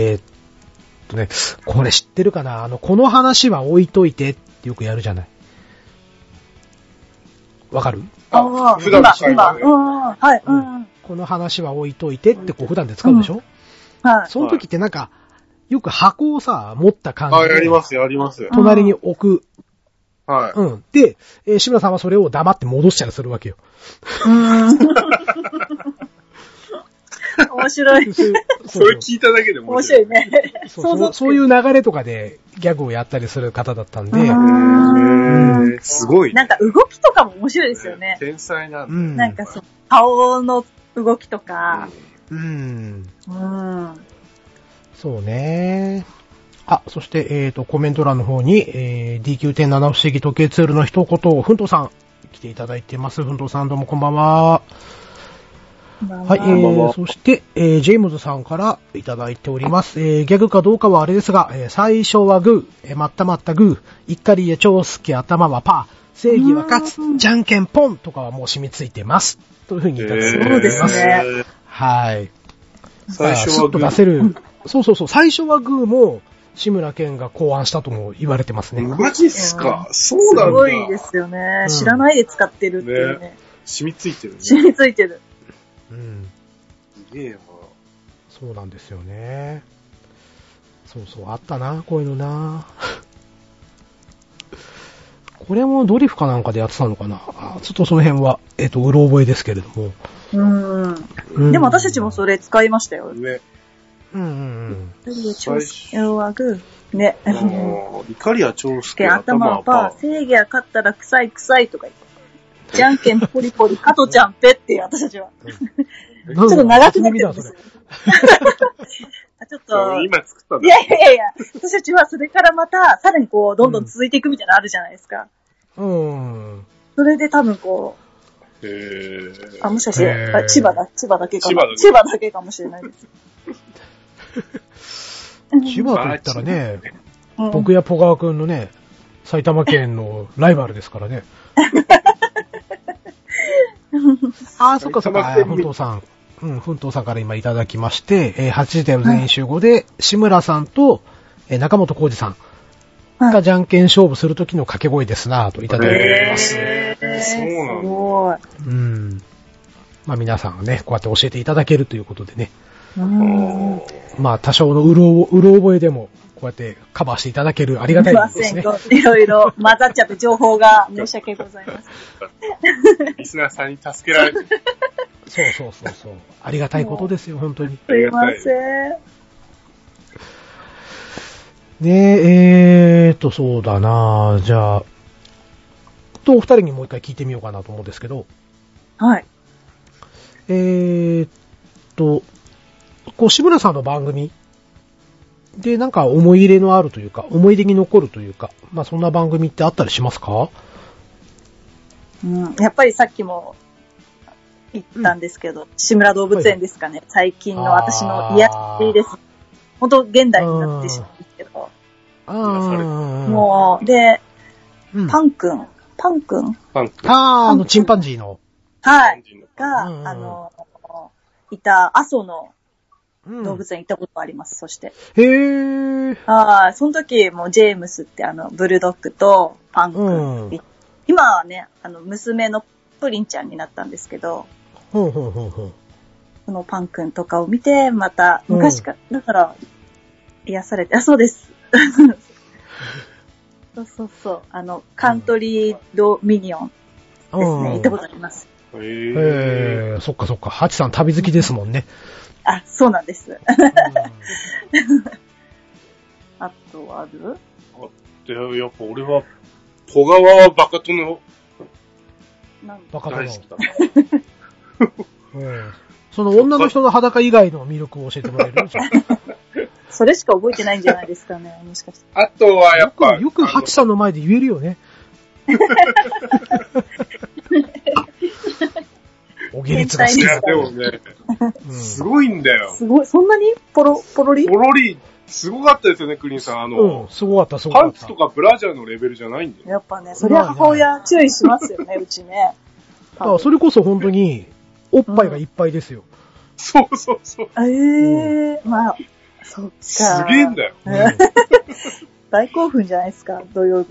これ知ってるかな？この話は置いといてってよくやるじゃない。わかる？ 普段の会話ね。 はい。 この話は置いといてってこう普段で使うでしょ、 はい。 その時ってなんか、よく箱をさ、持った感じで。 やりますよ、やります。 隣に置く。 はい。 うん。で、志村さんはそれを黙って戻したりするわけよ。 面白い。 それ聞いただけで面白いね。 そういう流れとかでギャグをやったりする方だったんで。 すごい。 なんか動きとかも面白いですよね。 天才なんだ。なんかそう、顔の動きとか。 そうね。あ、そして、コメント欄の方に、DQ.7 不思議時計ツールの一言を、ふんとうさん、来ていただいてます。ふんとうさんどうもこんばんは。はい、そして、ジェームズさんからいただいております。ギャグかどうかはあれですが、最初はグー、まったまったグー、いっかりや長介頭はパー、正義は勝つ、じゃんけんポンとかはもう染みついてます。というふうにいただいております。 そうですね。 はい。 最初はグー。 出せる。そう、最初はグーも、志村けんが考案したとも言われてますね。 マジっすか、そうなんだ。 すごいですよね。知らないで使ってるっていうね。 染みついてるね。 染みついてる。 すげえな。 そうなんですよね。そう、あったな、こういうのな。これもドリフかなんかでやってたのかな。ちょっとその辺は、うろ覚えですけれども。 でも私たちもそれ使いましたよ。 ね。 最初はグー。ね。 イカリア長介頭はパー。正義は勝ったら臭いとか言って。じゃんけんポリポリ、加トちゃんペって私たちは。ちょっと長くなってるんですよ。ちょっと。 今作ったんだ。いや。私たちはそれからまた、さらにこう、どんどん続いていくみたいなのあるじゃないですか。それで多分こう。もしかして、千葉だけかも。千葉だけかもしれないです。 千葉と言ったらね、僕やポガワくんのね、埼玉県のライバルですからね。そっか、ふんとうさん。ふんとうさんから今いただきまして、8時台の全員集合で、志村さんと、中本浩二さんがじゃんけん勝負するときの掛け声ですなぁといただいております。 そうなんだ。 まあ皆さんがね、こうやって教えていただけるということでね。まあ多少のうろ覚えでも、こうやってカバーしていただけるありがたいですね。 いろいろ混ざっちゃって情報が申し訳ございません。 リスナーさんに助けられてる。 そう。ありがたいことですよ、本当に。 すいません。 ねそうだなじゃあ、お二人にもう一回聞いてみようかなと思うんですけど。 はい。 こう、志村さんの番組でなんか思い入れのあるというか、思い出に残るというか、まあそんな番組ってあったりしますか？ やっぱりさっきも言ったんですけど、志村動物園ですかね。最近の私の癒しです。本当現代になってしまうんですけど。もう、で、パン君。 チンパンジーの。 はい。が、いた、阿蘇の動物園行ったことあります、そして。 へー。 その時もジェームスってブルドッグとパン君。今はね、娘のプリンちゃんになったんですけど。そのパン君とかを見て、また、昔から、だから、癒されて、そうです。そう。カントリードミニオンですね。行ったことあります。 そっか。ハチさん旅好きですもんね。 そうなんです。あとある？ やっぱ俺は、小川はバカ殿。 バカ殿。その女の人の裸以外の魅力を教えてもらえる？ それしか覚えてないんじゃないですかね、もしかして。 あとはやっぱ。 よくハチさんの前で言えるよね。お下劣が好きだ。 でもね、すごいんだよ。 すごい、そんなにポロリすごかったですよね、クリンさん。 すごかった。 パンツとかブラジャーのレベルじゃないんだよ。 やっぱね、そりゃ母親注意しますよね、うちね。 それこそ本当に、おっぱいがいっぱいですよ。 そう。 まあ、そっか。 すげえんだよ。 大興奮じゃないですか、土曜日。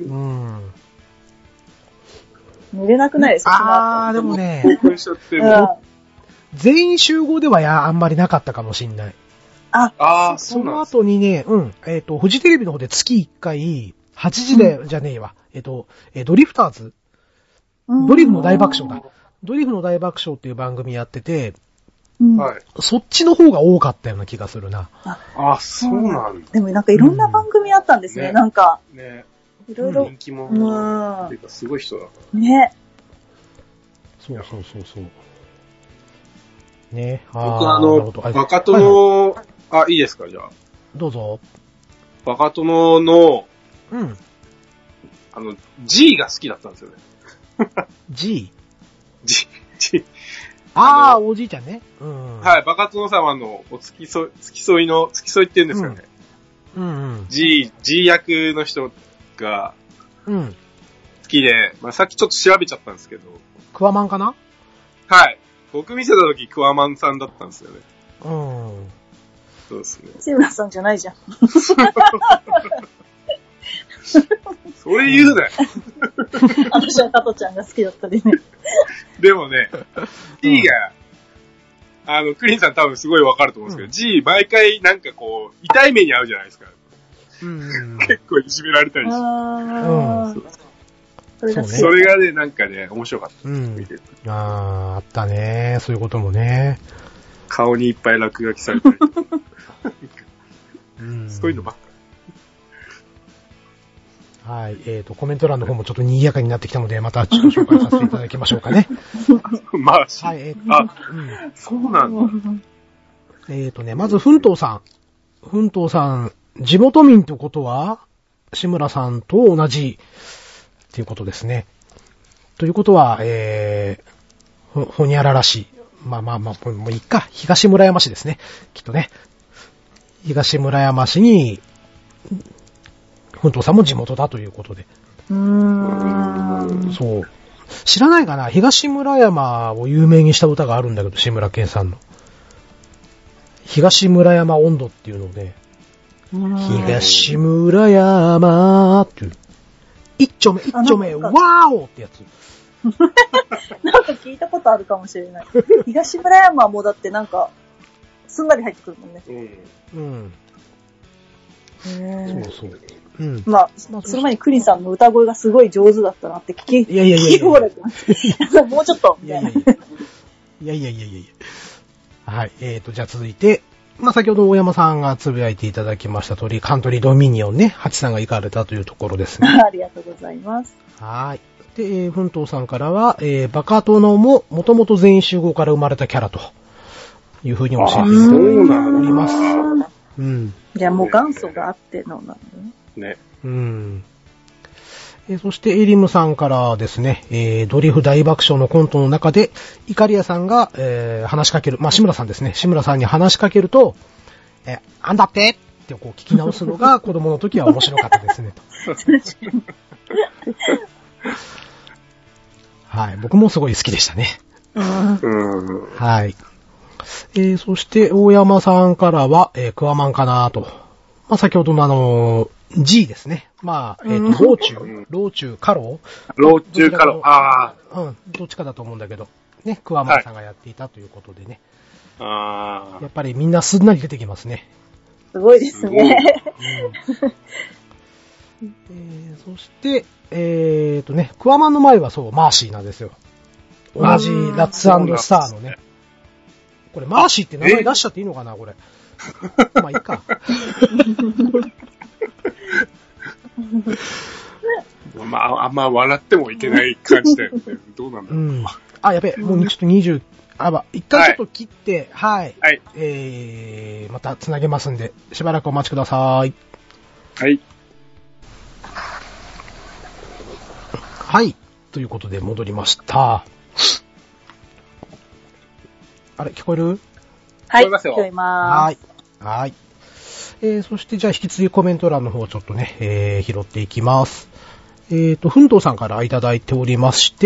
寝れなくないですか？ でもね、 全員集合ではあんまりなかったかもしんない。 その後にね、フジテレビの方で月1回、8時で、じゃねえわ。ドリフターズ、ドリフの大爆笑だ。ドリフの大爆笑っていう番組やってて、 はい。 そっちの方が多かったような気がするな。 そうなんだ。 でもなんかいろんな番組あったんですね、なんか。 ね。 いろいろ。 人気者っていうかすごい人だから。 ね。 そう。ね。 僕バカ殿、いいですか、じゃあ。 どうぞ。 バカ殿の、G が好きだったんですよね。 G？ G。 おじいちゃんね。 はい、バカ殿様の付き添いって言うんですよね。G 役の人が、好きで、さっきちょっと調べちゃったんですけど。 クワマンかな？ はい。僕見せた時クワマンさんだったんですよね。そうですね。 志村さんじゃないじゃん。 それ言うなよ。 私は加トちゃんが好きだったりね。 でもね、G が、クリンさん多分すごいわかると思うんですけど、G 毎回なんかこう、痛い目に遭うじゃないですか。結構いじめられたりして。それがね、なんかね、面白かった。 あったね。そういうこともね。 顔にいっぱい落書きされたりとか。そういうのばっかり。 はい。コメント欄の方もちょっと賑やかになってきたので、またちょっと紹介させていただきましょうかね。 はい。 そうなんだ。まず、奮闘さん、地元民ってことは、志村さんと同じ、っていうことですね。ということは、ほにゃららし。もういいか。東村山市ですね。きっとね。東村山市に、奮闘さんも地元だということで。そう。知らないかな？東村山を有名にした歌があるんだけど、志村けんさんの。東村山温度っていうので、東村山っていう。一丁目、わーおってやつ。 なんか聞いたことあるかもしれない。東村山もだってなんか、すんなり入ってくるもんね。 そう。 その前にクリンさんの歌声がすごい上手だったなって聞き終われてます。もうちょっと、みたいな。 いや。はい。じゃあ続いて、先ほど大山さんがつぶやいていただきました通り、カントリードミニオンね、ハチさんが行かれたというところですね。 ありがとうございます。 はい。で、奮闘さんからは、バカ殿ももともと全員集合から生まれたキャラというふうに教えていただいております。 じゃあもう元祖があってのなのね。 そして、エリムさんからですね、ドリフ大爆笑のコントの中で、イカリアさんが、話しかける、志村さんですね、志村さんに話しかけると、あんだってってこう聞き直すのが子供の時は面白かったですね、と。はい、僕もすごい好きでしたね。はい。そして、大山さんからは、クワマンかなと。先ほどのG ですね。老中、家老、 どっちかだと思うんだけど、ね、クワマンさんがやっていたということでね。やっぱりみんなすんなり出てきますね。 すごいですね。 そして、クワマンの前はそう、マーシーなんですよ。同じラッツ&スターのね。これ、マーシーって名前出しちゃっていいのかな、これ。いいか。 あんま笑ってもいけない感じだよね。どうなんだろう。 やべえ、もうちょっと20、一回ちょっと切って、はい。また繋げますんで、しばらくお待ちください。 はい。 はい。ということで戻りました。あれ、聞こえる？ はい、聞こえます。 はい。そしてじゃあ引き続きコメント欄の方をちょっとね、拾っていきます。奮闘さんからいただいておりまして、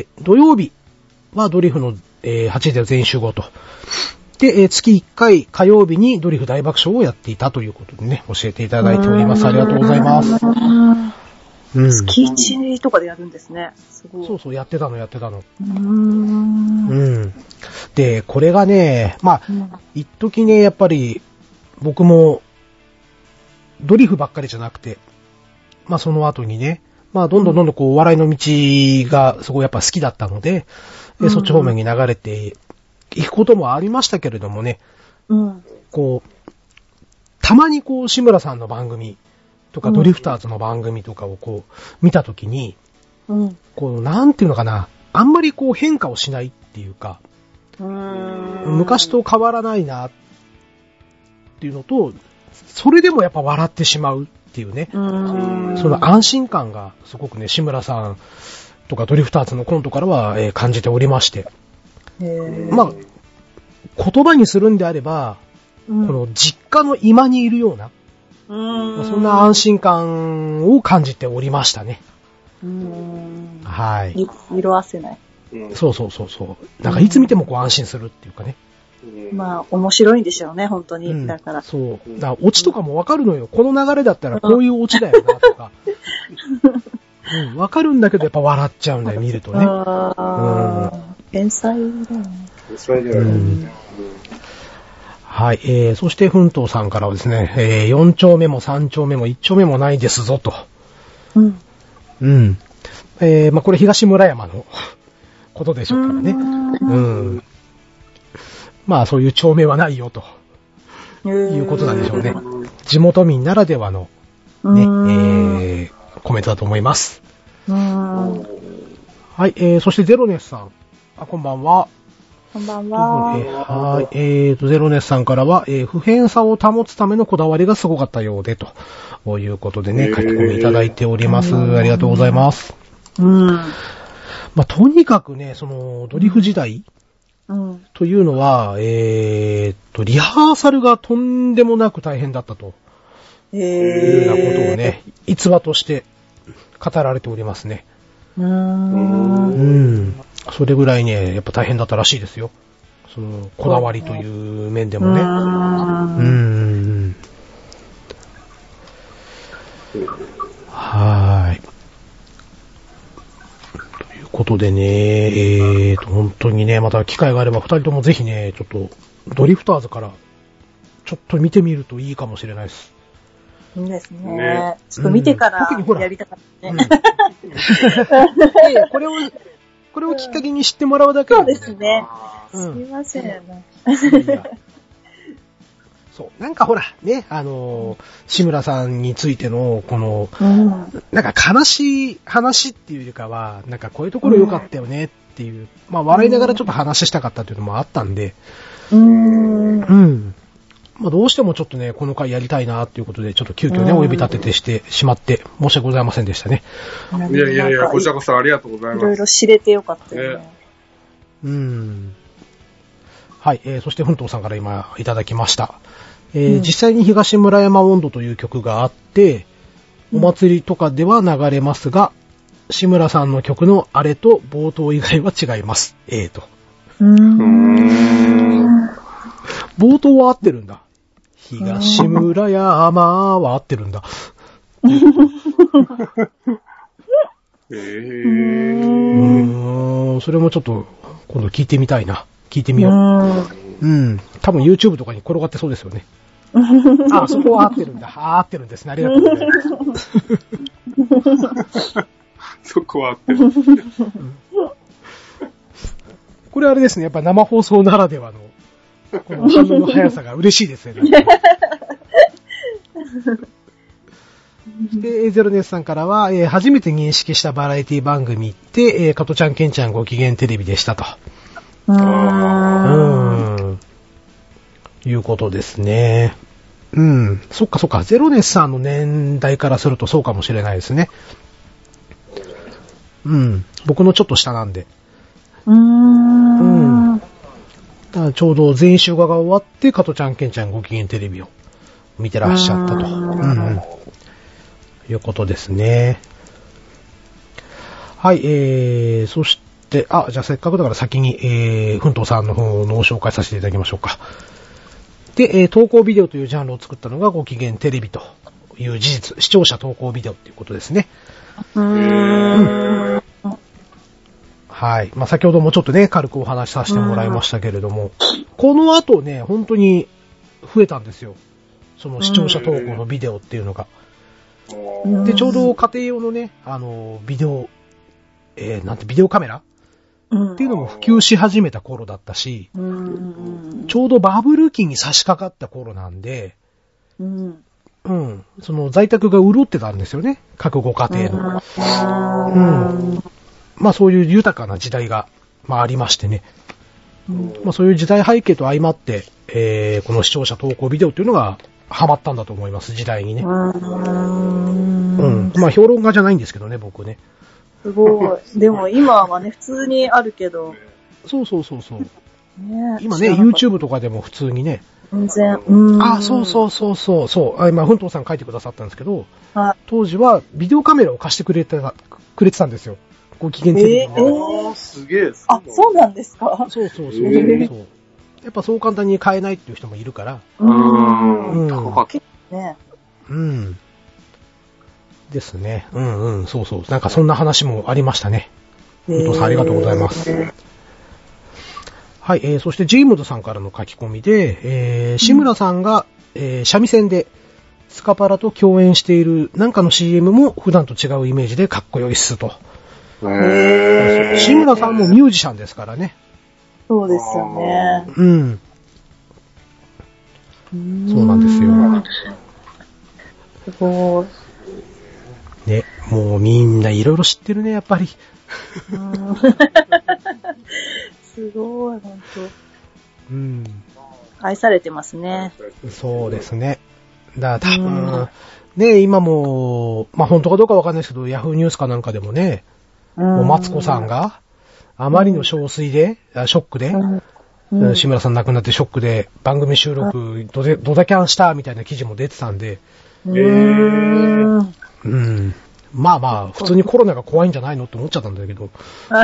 土曜日はドリフの、8時で全員集合と。で、月1回火曜日にドリフ大爆笑をやっていたということでね、教えていただいております。ありがとうございます。 月1とかでやるんですね。すごい。 そう、やってたの。 で、これがね、まあ、一時ね、やっぱり、僕も、ドリフばっかりじゃなくて、まあその後にね、まあどんどんこう、お笑いの道がすごいやっぱ好きだったので、そっち方面に流れていくこともありましたけれどもね、こう、たまにこう、志村さんの番組とか、ドリフターズの番組とかをこう、見たときに、こう、なんていうのかな、あんまりこう変化をしないっていうか、昔と変わらないなっていうのと、それでもやっぱ笑ってしまうっていうね、その安心感がすごくね、志村さんとかドリフターズのコントからは、感じておりまして、まあ、言葉にするんであれば、この実家の居間にいるような、そんな安心感を感じておりましたね。はい。 色あせない。 そう。なんかいつ見てもこう安心するっていうかね。 まあ、面白いんでしょうね、本当に。だから。 そう。だからオチとかもわかるのよ。この流れだったらこういうオチだよな、とか。わかるんだけどやっぱ笑っちゃうんだよ、見るとね。 天才だよね。 天才だよね。 はい。そして、奮闘さんからはですね、4丁目も3丁目も1丁目もないですぞ、と。まあ、これ東村山のことでしょうからね。まあ、そういう丁目はないよ、と。いうことなんでしょうね。地元民ならではの、ね、コメントだと思います。はい。そして、ゼロネスさん。こんばんは。 こんばんは。 はい。ゼロネスさんからは、普遍さを保つためのこだわりがすごかったようで、ということでね、書き込みいただいております。ありがとうございます。まあ、とにかくね、その、ドリフ時代というのは、リハーサルがとんでもなく大変だったと。いうようなことをね、逸話として語られておりますね。それぐらいね、やっぱ大変だったらしいですよ。その、こだわりという面でもね。はい。ということでね、本当にね、また機会があれば二人ともぜひね、ちょっと、ドリフターズからちょっと見てみるといいかもしれないです。 いいですね。ちょっと見てからやりたかったね。 これをきっかけに知ってもらうだけで、 ね。そうですね。すみません。 そう。なんかほら、ね、志村さんについての、この、なんか悲しい話っていうよりかは、なんかこういうところ良かったよねっていう、まあ笑いながらちょっと話したかったっていうのもあったんで、まあどうしてもちょっとね、この回やりたいなっていうことで、ちょっと急遽ね、お呼び立ててしてしまって、申し訳ございませんでしたね。 いや、こちらこそありがとうございます。 いろいろ知れてよかったよね。はい、そして奮闘さんから今いただきました。実際に東村山音頭という曲があって、お祭りとかでは流れますが、志村さんの曲のあれと冒頭以外は違います。と。冒頭は合ってるんだ。東村山は合ってるんだ。それもちょっと今度聞いてみたいな。聞いてみよう。多分 YouTube とかに転がってそうですよね。あ、そこは合ってるんだ。合ってるんですね。ありがとうございます。 そこは合ってる。 これあれですね。やっぱ生放送ならではの、この反応の速さが嬉しいですね。で、ゼロネスさんからは、初めて認識したバラエティ番組って、加トちゃんケンちゃんご機嫌テレビでしたと。いうことですね。そっか。ゼロネスさんの年代からするとそうかもしれないですね。僕のちょっと下なんで。だからちょうど全員集合が終わって、加トちゃんケンちゃんご機嫌テレビを見てらっしゃったと。いうことですね。はい、そして、じゃあせっかくだから先に、奮闘さんの方の紹介させていただきましょうか。で、投稿ビデオというジャンルを作ったのがご機嫌テレビという事実、視聴者投稿ビデオということですね。ははい。まあ、先ほどもちょっとね、軽くお話しさせてもらいましたけれども、この後ね、本当に増えたんですよ。その視聴者投稿のビデオっていうのが。で、ちょうど家庭用のね、ビデオ、ビデオカメラっていうのも普及し始めた頃だったし、ちょうどバブル期に差し掛かった頃なんで、その在宅が潤ってたんですよね。各ご家庭の。まあそういう豊かな時代が、まあありましてね。まあそういう時代背景と相まって、この視聴者投稿ビデオっていうのがハマったんだと思います、時代にね。まあ評論家じゃないんですけどね、僕ね。 すごい。でも今はね、普通にあるけど。 そう。ね、今ね、YouTube とかでも普通にね。 全然。 そう。今、ふんとうさん書いてくださったんですけど、当時はビデオカメラを貸してくれてたんですよ。ご機嫌テレビで。すげえ。 あ、そうなんですか？ そう。やっぱそう簡単に買えないっていう人もいるから。 高かった。 ね。 ですね。そう。なんかそんな話もありましたね。ふんとうさんありがとうございます。はい、そしてジームズさんからの書き込みで、志村さんが、三味線でスカパラと共演しているなんかの CM も普段と違うイメージでかっこよいっすと。志村さんもミュージシャンですからね。 そうですよね。 そうなんですよ。 すごい。 ね、もうみんないろいろ知ってるね、やっぱり。 すごい、ほんと。愛されてますね。 そうですね。だから多分、ね、今も、まあ本当かどうかわかんないですけど、ヤフーニュースかなんかでもね、もうマツコさんが、あまりの憔悴で、ショックで、志村さん亡くなってショックで、番組収録ドタキャンしたみたいな記事も出てたんで、まあ、普通にコロナが怖いんじゃないのって思っちゃったんだけど。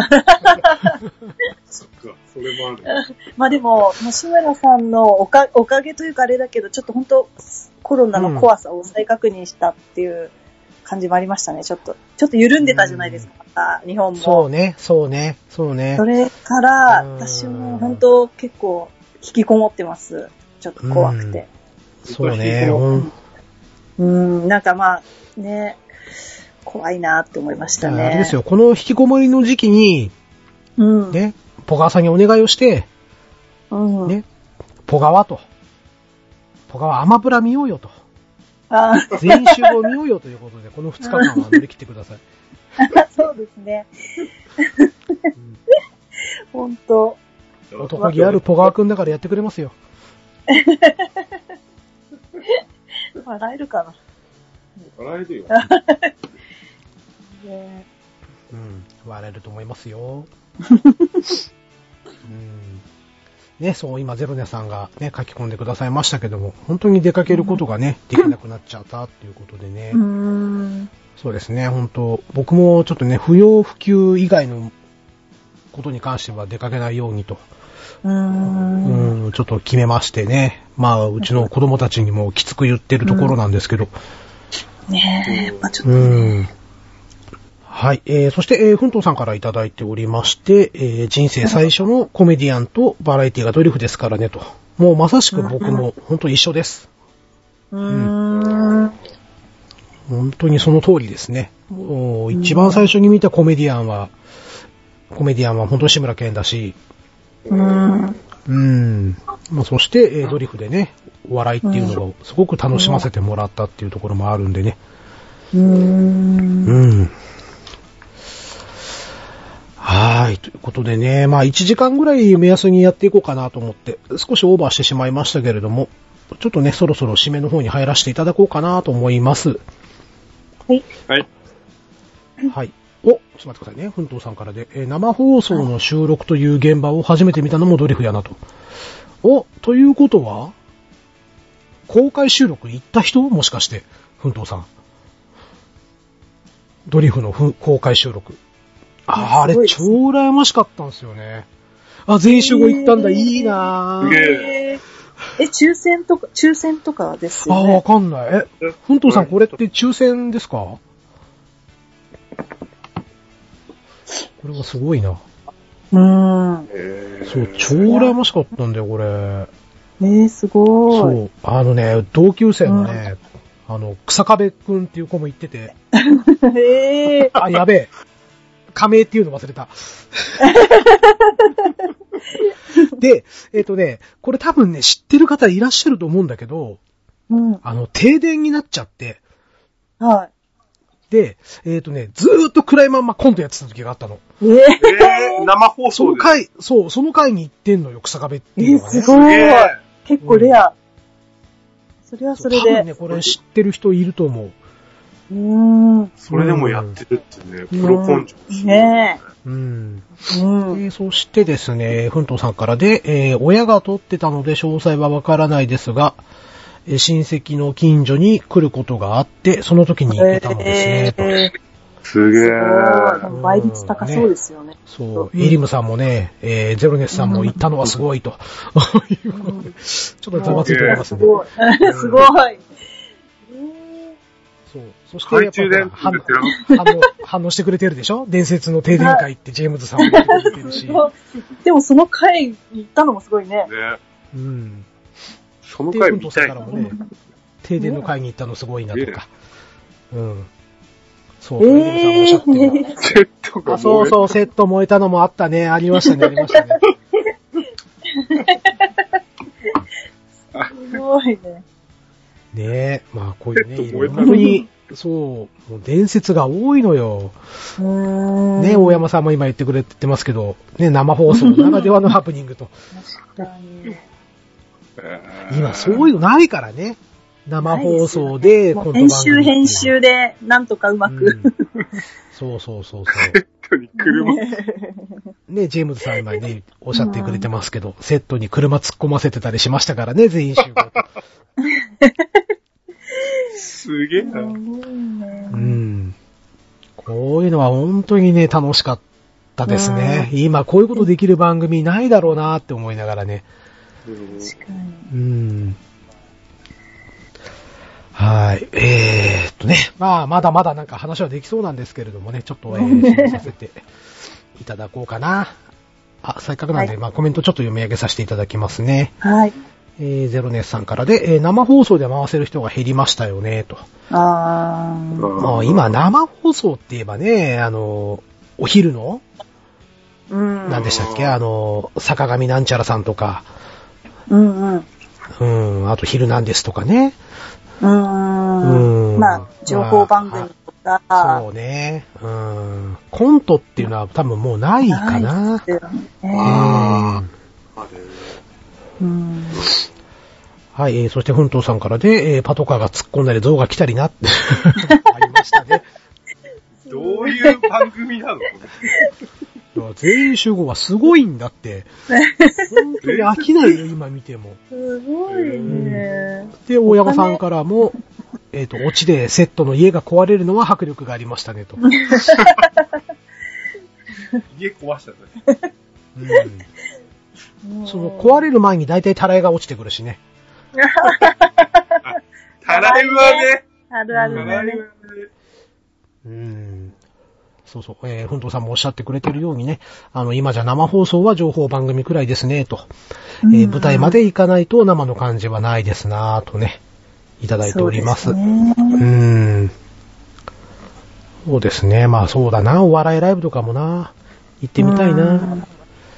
そっか、それもある。 まあでも、志村さんのおかげというかあれだけど、ちょっと本当コロナの怖さを再確認したっていう感じもありましたね。ちょっと緩んでたじゃないですか、また、日本も。 そうね。それから、私も本当結構引きこもってます。ちょっと怖くて。 そうね。 なんかまあ、ね、怖いなって思いましたね。 あれですよ、この引きこもりの時期に、ね、ポガワさんにお願いをして、ね、ポガワアマプラ見ようよと。全員集合見ようよということで、この2日間は乗り切ってください。 そうですね。ほんと。 男気あるポガワくんだからやってくれますよ。 笑えるかな。 笑えるよ。 笑えると思いますよ。ね、そう、今ゼロネさんがね、書き込んでくださいましたけども、本当に出かけることがね、できなくなっちゃったっていうことでね。そうですね、本当僕もちょっとね、不要不急以外のことに関しては出かけないようにと。ちょっと決めましてね。まあ、うちの子供たちにもきつく言ってるところなんですけど。 ねえ、やっぱちょっとね。 はい。そして、ふんとうさんからいただいておりまして、人生最初のコメディアンとバラエティがドリフですからねと。もうまさしく僕も本当一緒です。本当にその通りですね。もう一番最初に見たコメディアンは本当に志村けんだし、まあ、そして、ドリフでね、お笑いっていうのをすごく楽しませてもらったっていうところもあるんでね。はい。ということでね、まあ1時間ぐらい目安にやっていこうかなと思って、少しオーバーしてしまいましたけれども、ちょっとね、そろそろ締めの方に入らせていただこうかなと思います。 はい。 はい。ちょっと待ってくださいね。ふんとうさんからで、生放送の収録という現場を初めて見たのもドリフやなと。ということは、公開収録行った人もしかして、ふんとうさん。ドリフの公開収録。あれ、超羨ましかったんですよね。全員集合行ったんだ、いいなぁ。 抽選とかですよね。 わかんない。ふんとうさん、これって抽選ですか？これはすごいな。 そう、 超羨ましかったんだよ、これ。 すごい。 そう、同級生のね、草壁くんっていう子も言ってて。あ、やべえ。仮名っていうの忘れた。で、これ多分ね、知ってる方いらっしゃると思うんだけど、停電になっちゃって、 はい。 で、ずーっと暗いまんまコントやってた時があったの。 生放送で。 その回に行ってんのよ、草壁っていうのがね。 すごい。結構レア。それはそれで。 多分ね、これ知ってる人いると思う。 それでもやってるってね、プロ根性ですね。 そしてですね、ふんとさんからで、親が撮ってたので詳細はわからないですが、親戚の近所に来ることがあって、その時に行ってたのですね、と。 すげー。 倍率高そうですよね。 そう、エリムさんもね、ゼロネスさんも行ったのはすごいと。ちょっとざわついておりますね。 すごい。 そう。そしてやっぱり反応してくれてるでしょ？伝説の停電会ってジェームズさんも言ってくれてるし。 でもその会に行ったのもすごいね。 その会見たい。 からもね、停電の会に行ったのすごいなとか。そう、エリムさんもおっしゃってる。 セットがそう、セット燃えたのもあったね。ありましたね。 すごいね。 ねえ、まあこういうね、本当に、そう、もう伝説が多いのよ。ね、大山さんも今言ってくれてますけど、ね、生放送ならではのハプニングと。 確かに。 今そういうのないからね。生放送で、 編集で、なんとかうまく。 そう。 セットに車。 ね、ジェームズさん今ね、おっしゃってくれてますけど、セットに車突っ込ませてたりしましたからね、全員集合。 すげえな。 こういうのは本当にね、楽しかったですね。今こういうことできる番組ないだろうなって思いながらね。 確かに。 はい。まあ、まだまだなんか話はできそうなんですけれどもね、ちょっと、締めさせていただこうかな。せっかくなんで、まあ、コメントちょっと読み上げさせていただきますね。 はい。 ゼロネスさんからで、生放送で回せる人が減りましたよね、と。今、生放送って言えばね、お昼の何でしたっけ坂上なんちゃらさんとか。あと、ヒルナンデスとかね。 まあ、情報番組とか。 そうね。コントっていうのは多分もうないかな。はい、そしてふんとうさんからで、パトカーが突っ込んだり象が来たりなってありましたね。 どういう番組なの？ 全員集合はすごいんだって。本当に飽きないよ、今見ても。 すごいね。 で、大山さんからも、オチでセットの家が壊れるのは迫力がありましたね、と。 家壊しちゃったね。 その壊れる前に大体タライが落ちてくるしね。 タライはね。 あるあるね。そう、ふんとうさんもおっしゃってくれてるようにね、今じゃ生放送は情報番組くらいですね、と。舞台まで行かないと生の感じはないですな、とね、いただいております。そうですね、まあそうだな、お笑いライブとかもな、行ってみたいな。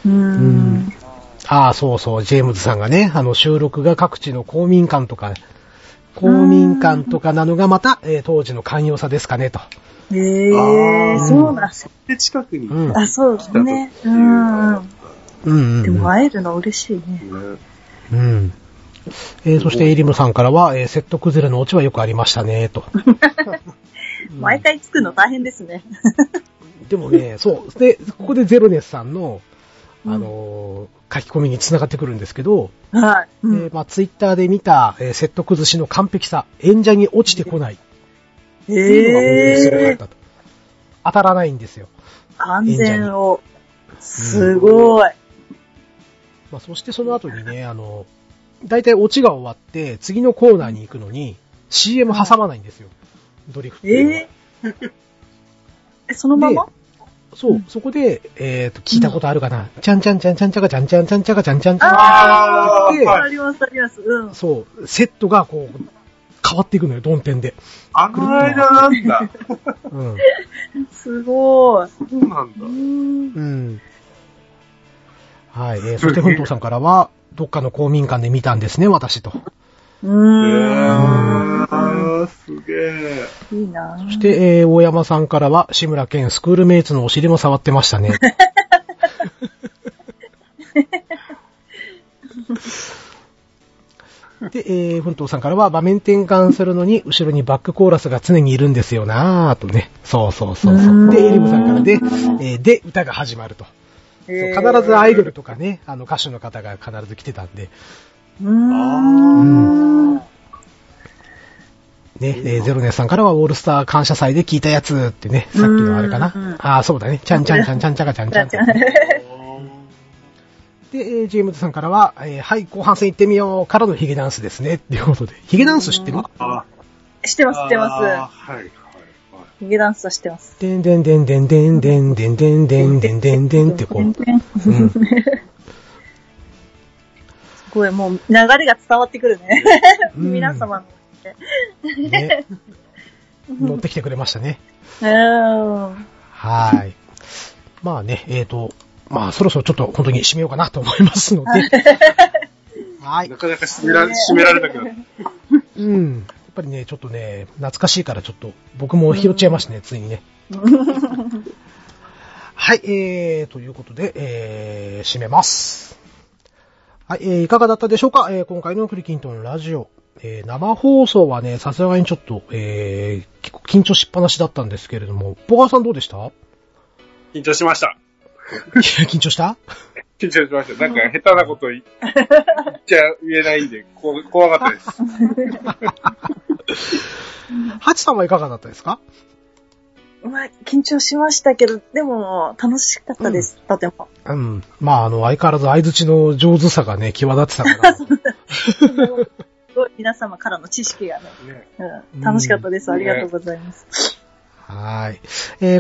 そう、ジェームズさんがね、収録が各地の公民館とかなのがまた、当時の寛容さですかね、と。 そうなんですで、近くに。 そうですね。でも会えるの嬉しいね。 そしてエリムさんからは、セット崩れのオチはよくありましたね、と。 毎回作るの大変ですね。 でもね、そう。で、ここでゼロネスさんの、書き込みに繋がってくるんですけど、まあ、ツイッターで見た、セット崩しの完璧さ、演者に落ちてこない。っていうのが本当にすごかったと。当たらないんですよ。 安全を。すごい。 まあ、そしてその後にね、だいたいオチが終わって、次のコーナーに行くのに、CM 挟まないんですよ。ドリフト。 そのまま？ そう、そこで、聞いたことあるかな。ちゃんちゃんちゃんちゃんちゃかちゃんちゃんちゃんちゃかちゃんちゃんちゃん。 あります、あります。 そう、セットがこう、変わっていくのよ、ドンテンで。 あの間なんだ。 すごい。 そうなんだ。はい。そして、ふんとうさんからは、どっかの公民館で見たんですね、私と。 すげえ。 いいな。 そして、大山さんからは、志村けんスクールメイツのお尻も触ってましたね。で、ふんとうさんからは、場面転換するのに、後ろにバックコーラスが常にいるんですよなぁとね。そう。で、エリムさんからで、で、歌が始まると。必ずアイドルとかね、歌手の方が必ず来てたんで。ね、ゼロネスさんからはオールスター感謝祭で聞いたやつってね、さっきのあれかな。そうだね。ちゃんちゃんちゃんちゃんちゃかちゃんちゃん。で、ジェームズさんからは、はい、後半戦行ってみようからのヒゲダンスですね。っていうことで。ヒゲダンス知ってる？ 知ってます。はい。ヒゲダンスは知ってます。 でんでんでんでんでんでんでんでんでんでんでんでんってこう。 すごい、もう流れが伝わってくるね。皆様の。 ね。乗ってきてくれましたね。 はい。 まあね、まあそろそろちょっと本当に締めようかなと思いますので。はい。 なかなか締められなくなる。 やっぱりね、ちょっとね、懐かしいからちょっと僕も拾っちゃいましたね、ついにね。はい、ということで、締めます。はい、いかがだったでしょうか？今回のクリキントンラジオ。生放送はね、さすがにちょっと、結構緊張しっぱなしだったんですけれども、ポガーさんどうでした？ 緊張しました。 緊張した？ 緊張しました。なんか下手なこと言えないんで、怖かったです。 ハチさんはいかがだったですか？ まあ、緊張しましたけど、でも、楽しかったです、とても。 まあ、相変わらず相槌の上手さがね、際立ってたから。すごい皆様からの知識がね、楽しかったです。ありがとうございます。 はい。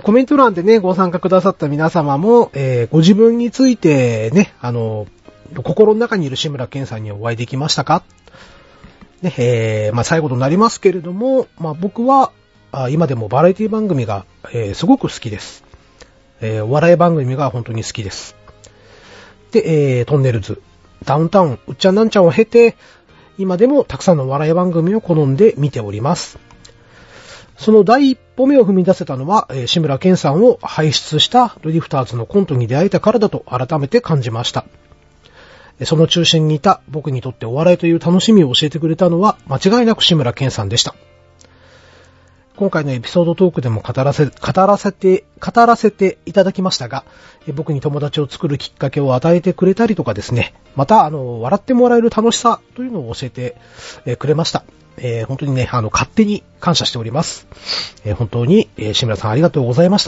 コメント欄でね、ご参加くださった皆様も、ご自分についてね、心の中にいる志村けんさんにお会いできましたか？ね、まあ、最後となりますけれども、まあ、僕は、今でもバラエティ番組が、すごく好きです。お笑い番組が本当に好きです。で、トンネルズ、ダウンタウン、うっちゃんなんちゃんを経て、今でもたくさんのお笑い番組を好んで見ております。その第一歩目を踏み出せたのは、志村けんさんを輩出したドリフターズのコントに出会えたからだと改めて感じました。その中心にいた僕にとってお笑いという楽しみを教えてくれたのは間違いなく志村けんさんでした。今回のエピソードトークでも語らせていただきましたが、僕に友達を作るきっかけを与えてくれたりとかですね、また、笑ってもらえる楽しさというのを教えてくれました。本当にね、勝手に感謝しております。本当に、志村さんありがとうございました。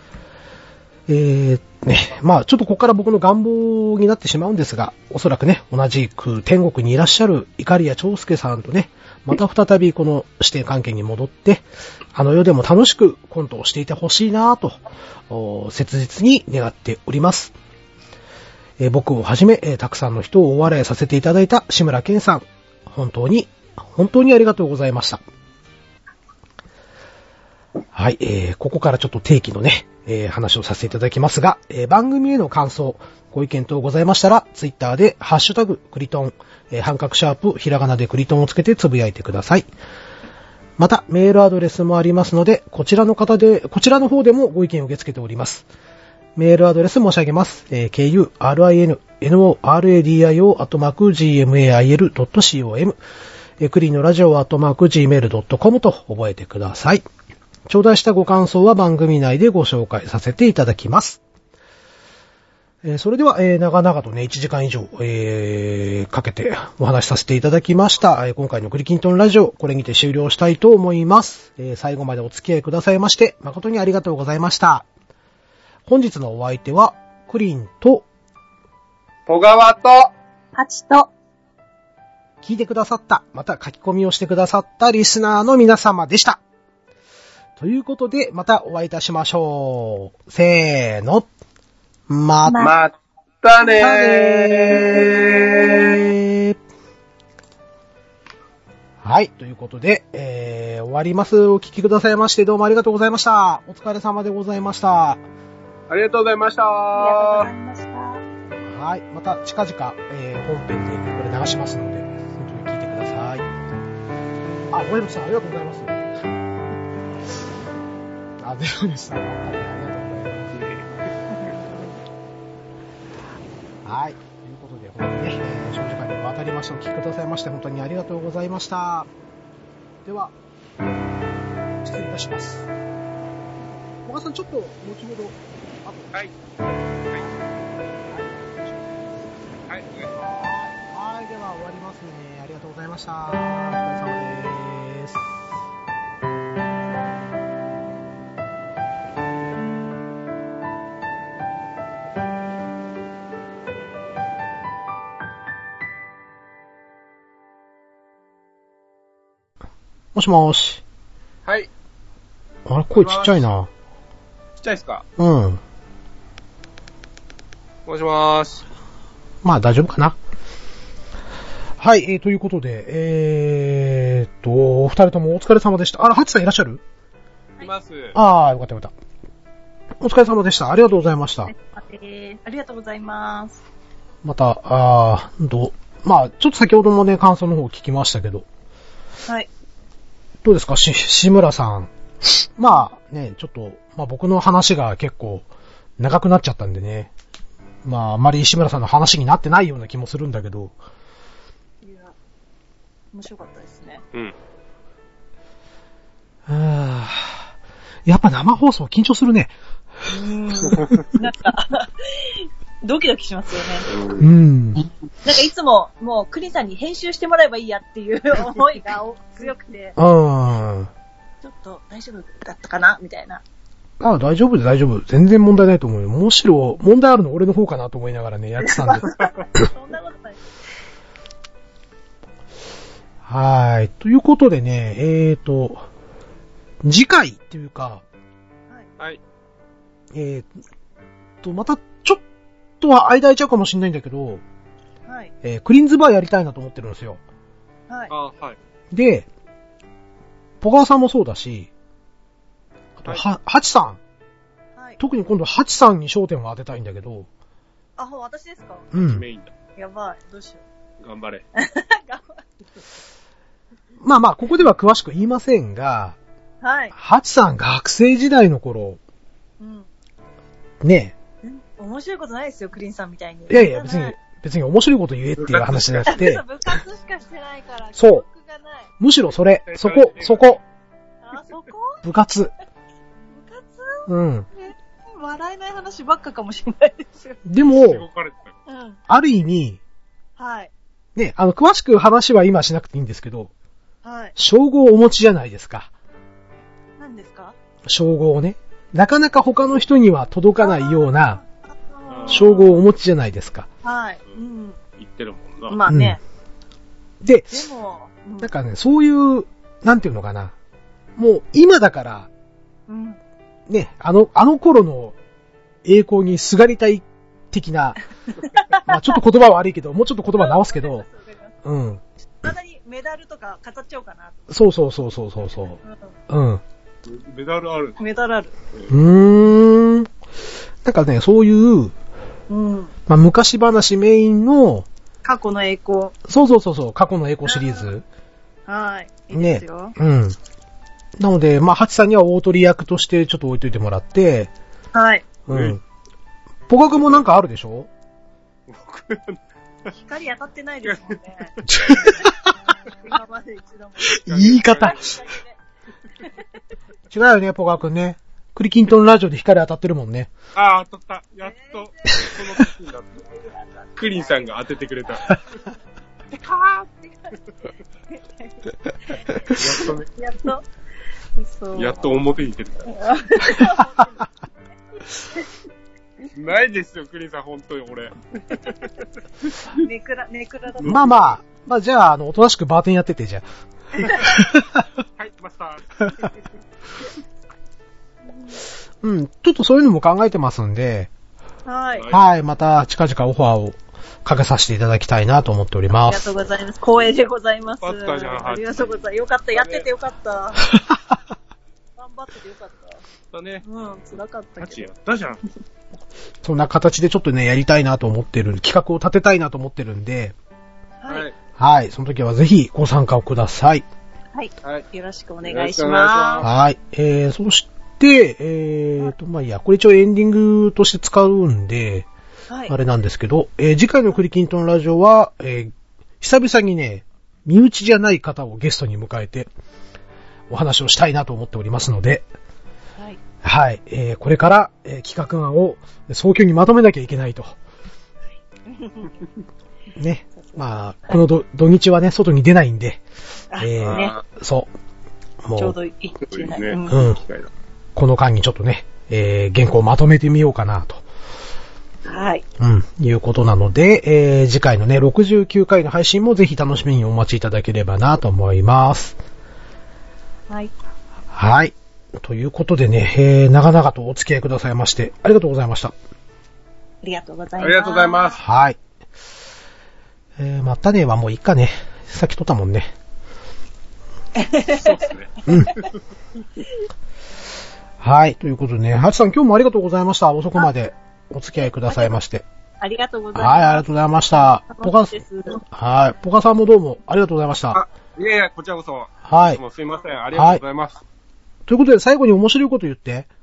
まあちょっとここから僕の願望になってしまうんですが、おそらくね、同じく天国にいらっしゃる碇谷長介さんとね、また再びこの師弟関係に戻って、世でも楽しくコントをしていてほしいなぁと、切実に願っております。僕をはじめ、たくさんの人をお笑いさせていただいた志村けんさん、本当にありがとうございました。はい、ここからちょっと定期のね、話をさせていただきますが、番組への感想、ご意見等ございましたら、ツイッターでハッシュタグクリトン、半角シャープひらがなでクリトンをつけてつぶやいてください。またメールアドレスもありますので、こちらの方でこちらの方でもご意見を受け付けております。メールアドレス申し上げます。kurinnoradio@gmail.com クリのラジオ@gmail.com と覚えてください。頂戴したご感想は番組内でご紹介させていただきます。それでは、長々とね、1時間以上、かけてお話しさせていただきました。今回のクリキントンラジオ、これにて終了したいと思います。最後までお付き合いくださいまして、誠にありがとうございました。本日のお相手は、クリンと、 小川と、 ハチと、 聞いてくださった、また書き込みをしてくださったリスナーの皆様でした。 ということで、またお会いいたしましょう。せーの。またねー。 はい。ということで、終わります。お聞きくださいましてどうもありがとうございました。お疲れ様でございました。 ありがとうございました。 ありがとうございました。 はい。また近々、本編でこれ流しますので、本当に聞いてください。あ、小山さんありがとうございます。あ、ゼロでした。はい、ありがとうございます。はい。ということで、本当にね、長時間にわたりましてお聞きくださいまして本当にありがとうございました。では、失礼いたします。小川さん、ちょっと後ほど、 はい。はい。はい、お願いします。 はい、では終わりますね。ありがとうございました。お疲れ様です。もしもーし。 はい。 あれ、声ちっちゃいな。 ちっちゃいっすか？ うん。 もしもーし。 まあ大丈夫かな。はい、ということで、お二人ともお疲れ様でした。あら、ハチさんいらっしゃる？ います。 ああ、よかったよかった。お疲れ様でした。ありがとうございました。 ありがとうございます。 また、まあ、ちょっと先ほどもね、感想の方聞きましたけど。 はい。 どうですか、志村さん。まあね、ちょっと、まあ僕の話が結構長くなっちゃったんでね。まああまり志村さんの話になってないような気もするんだけど。 いや、面白かったですね。 うん。 やっぱ生放送緊張するね。 なんか、ドキドキしますよね。 うん。 なんかいつも、もう、クリさんに編集してもらえばいいやっていう思いが強くて、ちょっと大丈夫だったかなみたいな。 ああ、大丈夫で大丈夫。全然問題ないと思うよ。むしろ、問題あるの俺の方かなと思いながらね、やってたんで。 そんなことない。 はい。ということでね、次回っていうか、 はい。 またちょっとは間空いちゃうかもしれないんだけど、 はい。 クリーンズバーやりたいなと思ってるんですよ。 はい。 はい。 で、ポガーさんもそうだし、あと、ハチさん。 はい。 特に今度ハチさんに焦点を当てたいんだけど。 あ、私ですか？ うん。 メインだ。 やばい。どうしよう。頑張れ。 まあまあ、ここでは詳しく言いませんが、 はい。 ハチさん学生時代の頃、 うん。 ねえ。面白いことないですよ、クリーンさんみたいに。 いやいや、別に面白いこと言えっていう話じゃなくて。 部活しかしてないから、 そう。むしろそこ。 あ、そこ？ 部活。 部活？ うん。 笑えない話ばっかかもしれないですよ。 でも、 うん。 ある意味、 はい。 ね、詳しく話は今しなくていいんですけど、 はい。 称号をお持ちじゃないですか。 何ですか？ 称号をね。なかなか他の人には届かないような、称号をお持ちじゃないですか。 はい。うん。 言ってるもんな。 まあね。 で、 でも、 なんかね、そういう、なんていうのかな。もう今だから、ね、あの頃の栄光にすがりたい的な、まあちょっと言葉は悪いけど、もうちょっと言葉直すけど、うん。 あんなにメダルとか飾っちゃおうかな。 そう。うん。 メダルある。 メダルある。 なんかね、そういう、まあ昔話メインの、 過去の栄光。 そう、過去の栄光シリーズ。 はい。いいですよ。 ね。うん。なので、まあ、ハチさんには大鳥役としてちょっと置いといてもらって、 はい。 うん。ポカ君もなんかあるでしょ？ 光当たってないですもんね。今まで一度も。 言い方。違うよね、ポカ君ね。クリキントンラジオで光当たってるもんね。 ああ、当たった。やっと、その時になった。クリンさんが当ててくれた。でかーってやっとね。やっと表に出る。ないですよ、クリンさん、本当に俺。 ネクラだ。 まあ、じゃあ、おとなしくバーテンやってて、じゃあ。 はい、マスター。 ちょっとそういうのも考えてますんで、 はい。 はい、また近々オファーをかけさせていただきたいなと思っております。 ありがとうございます。光栄でございます。 よかったじゃん。 ありがとうございます。よかった。やっててよかった。頑張っててよかった。 だね。 辛かったけど。 やったじゃん。 そんな形でちょっとね、やりたいなと思ってる、企画を立てたいなと思ってるんで、 はい。 はい、その時はぜひご参加をください。 はい。よろしくお願いします。 はい。そして、まあ、いや、これ一応エンディングとして使うんで、はい、あれなんですけど、次回のクリキントンラジオは、久々にね、身内じゃない方をゲストに迎えて、お話をしたいなと思っておりますので、はい。はい。これから、企画案を早急にまとめなきゃいけないと。はい、ね。まあ、この土日はね、外に出ないんで、 ね、 そう。もう、 ちょうどいいね。 この間にちょっとね、原稿をまとめてみようかなと。 はい。 いうことなので、次回のね、69回の配信もぜひ楽しみにお待ちいただければなと思います。 はい。 はい。ということでね、長々とお付き合いくださいまして、ありがとうございました。 ありがとうございます。 ありがとうございます。 はい。またねはもういいかね。さっき撮ったもんね。 そうですね。 はい。ということでね、ハチさん今日もありがとうございました。遅くまでお付き合いくださいまして。 ありがとうございます。 はい、ありがとうございました。はい。ポカさんもどうもありがとうございました。 いやいや、こちらこそ。 はい。 もうすいません。ありがとうございます。はい、 ということで最後に面白いこと言って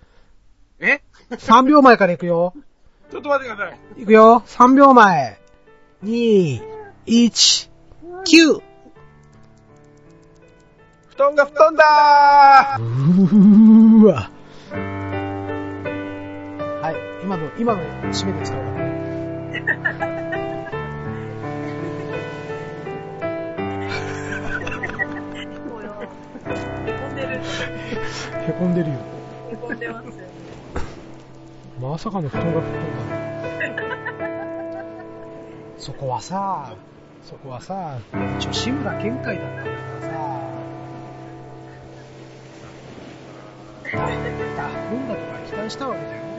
。?3 秒前から行くよ。 ちょっと待ってください。 行くよ。3秒前。2、1、9。 布団が布団だーわ。はい。今の締めで使おうかな。へこんでるよ。 へこんでますよ。 まさかの布団が布団だ。そこはさ、一応志村けん会だったんだからさ、ダフンだとか期待したわけじゃん。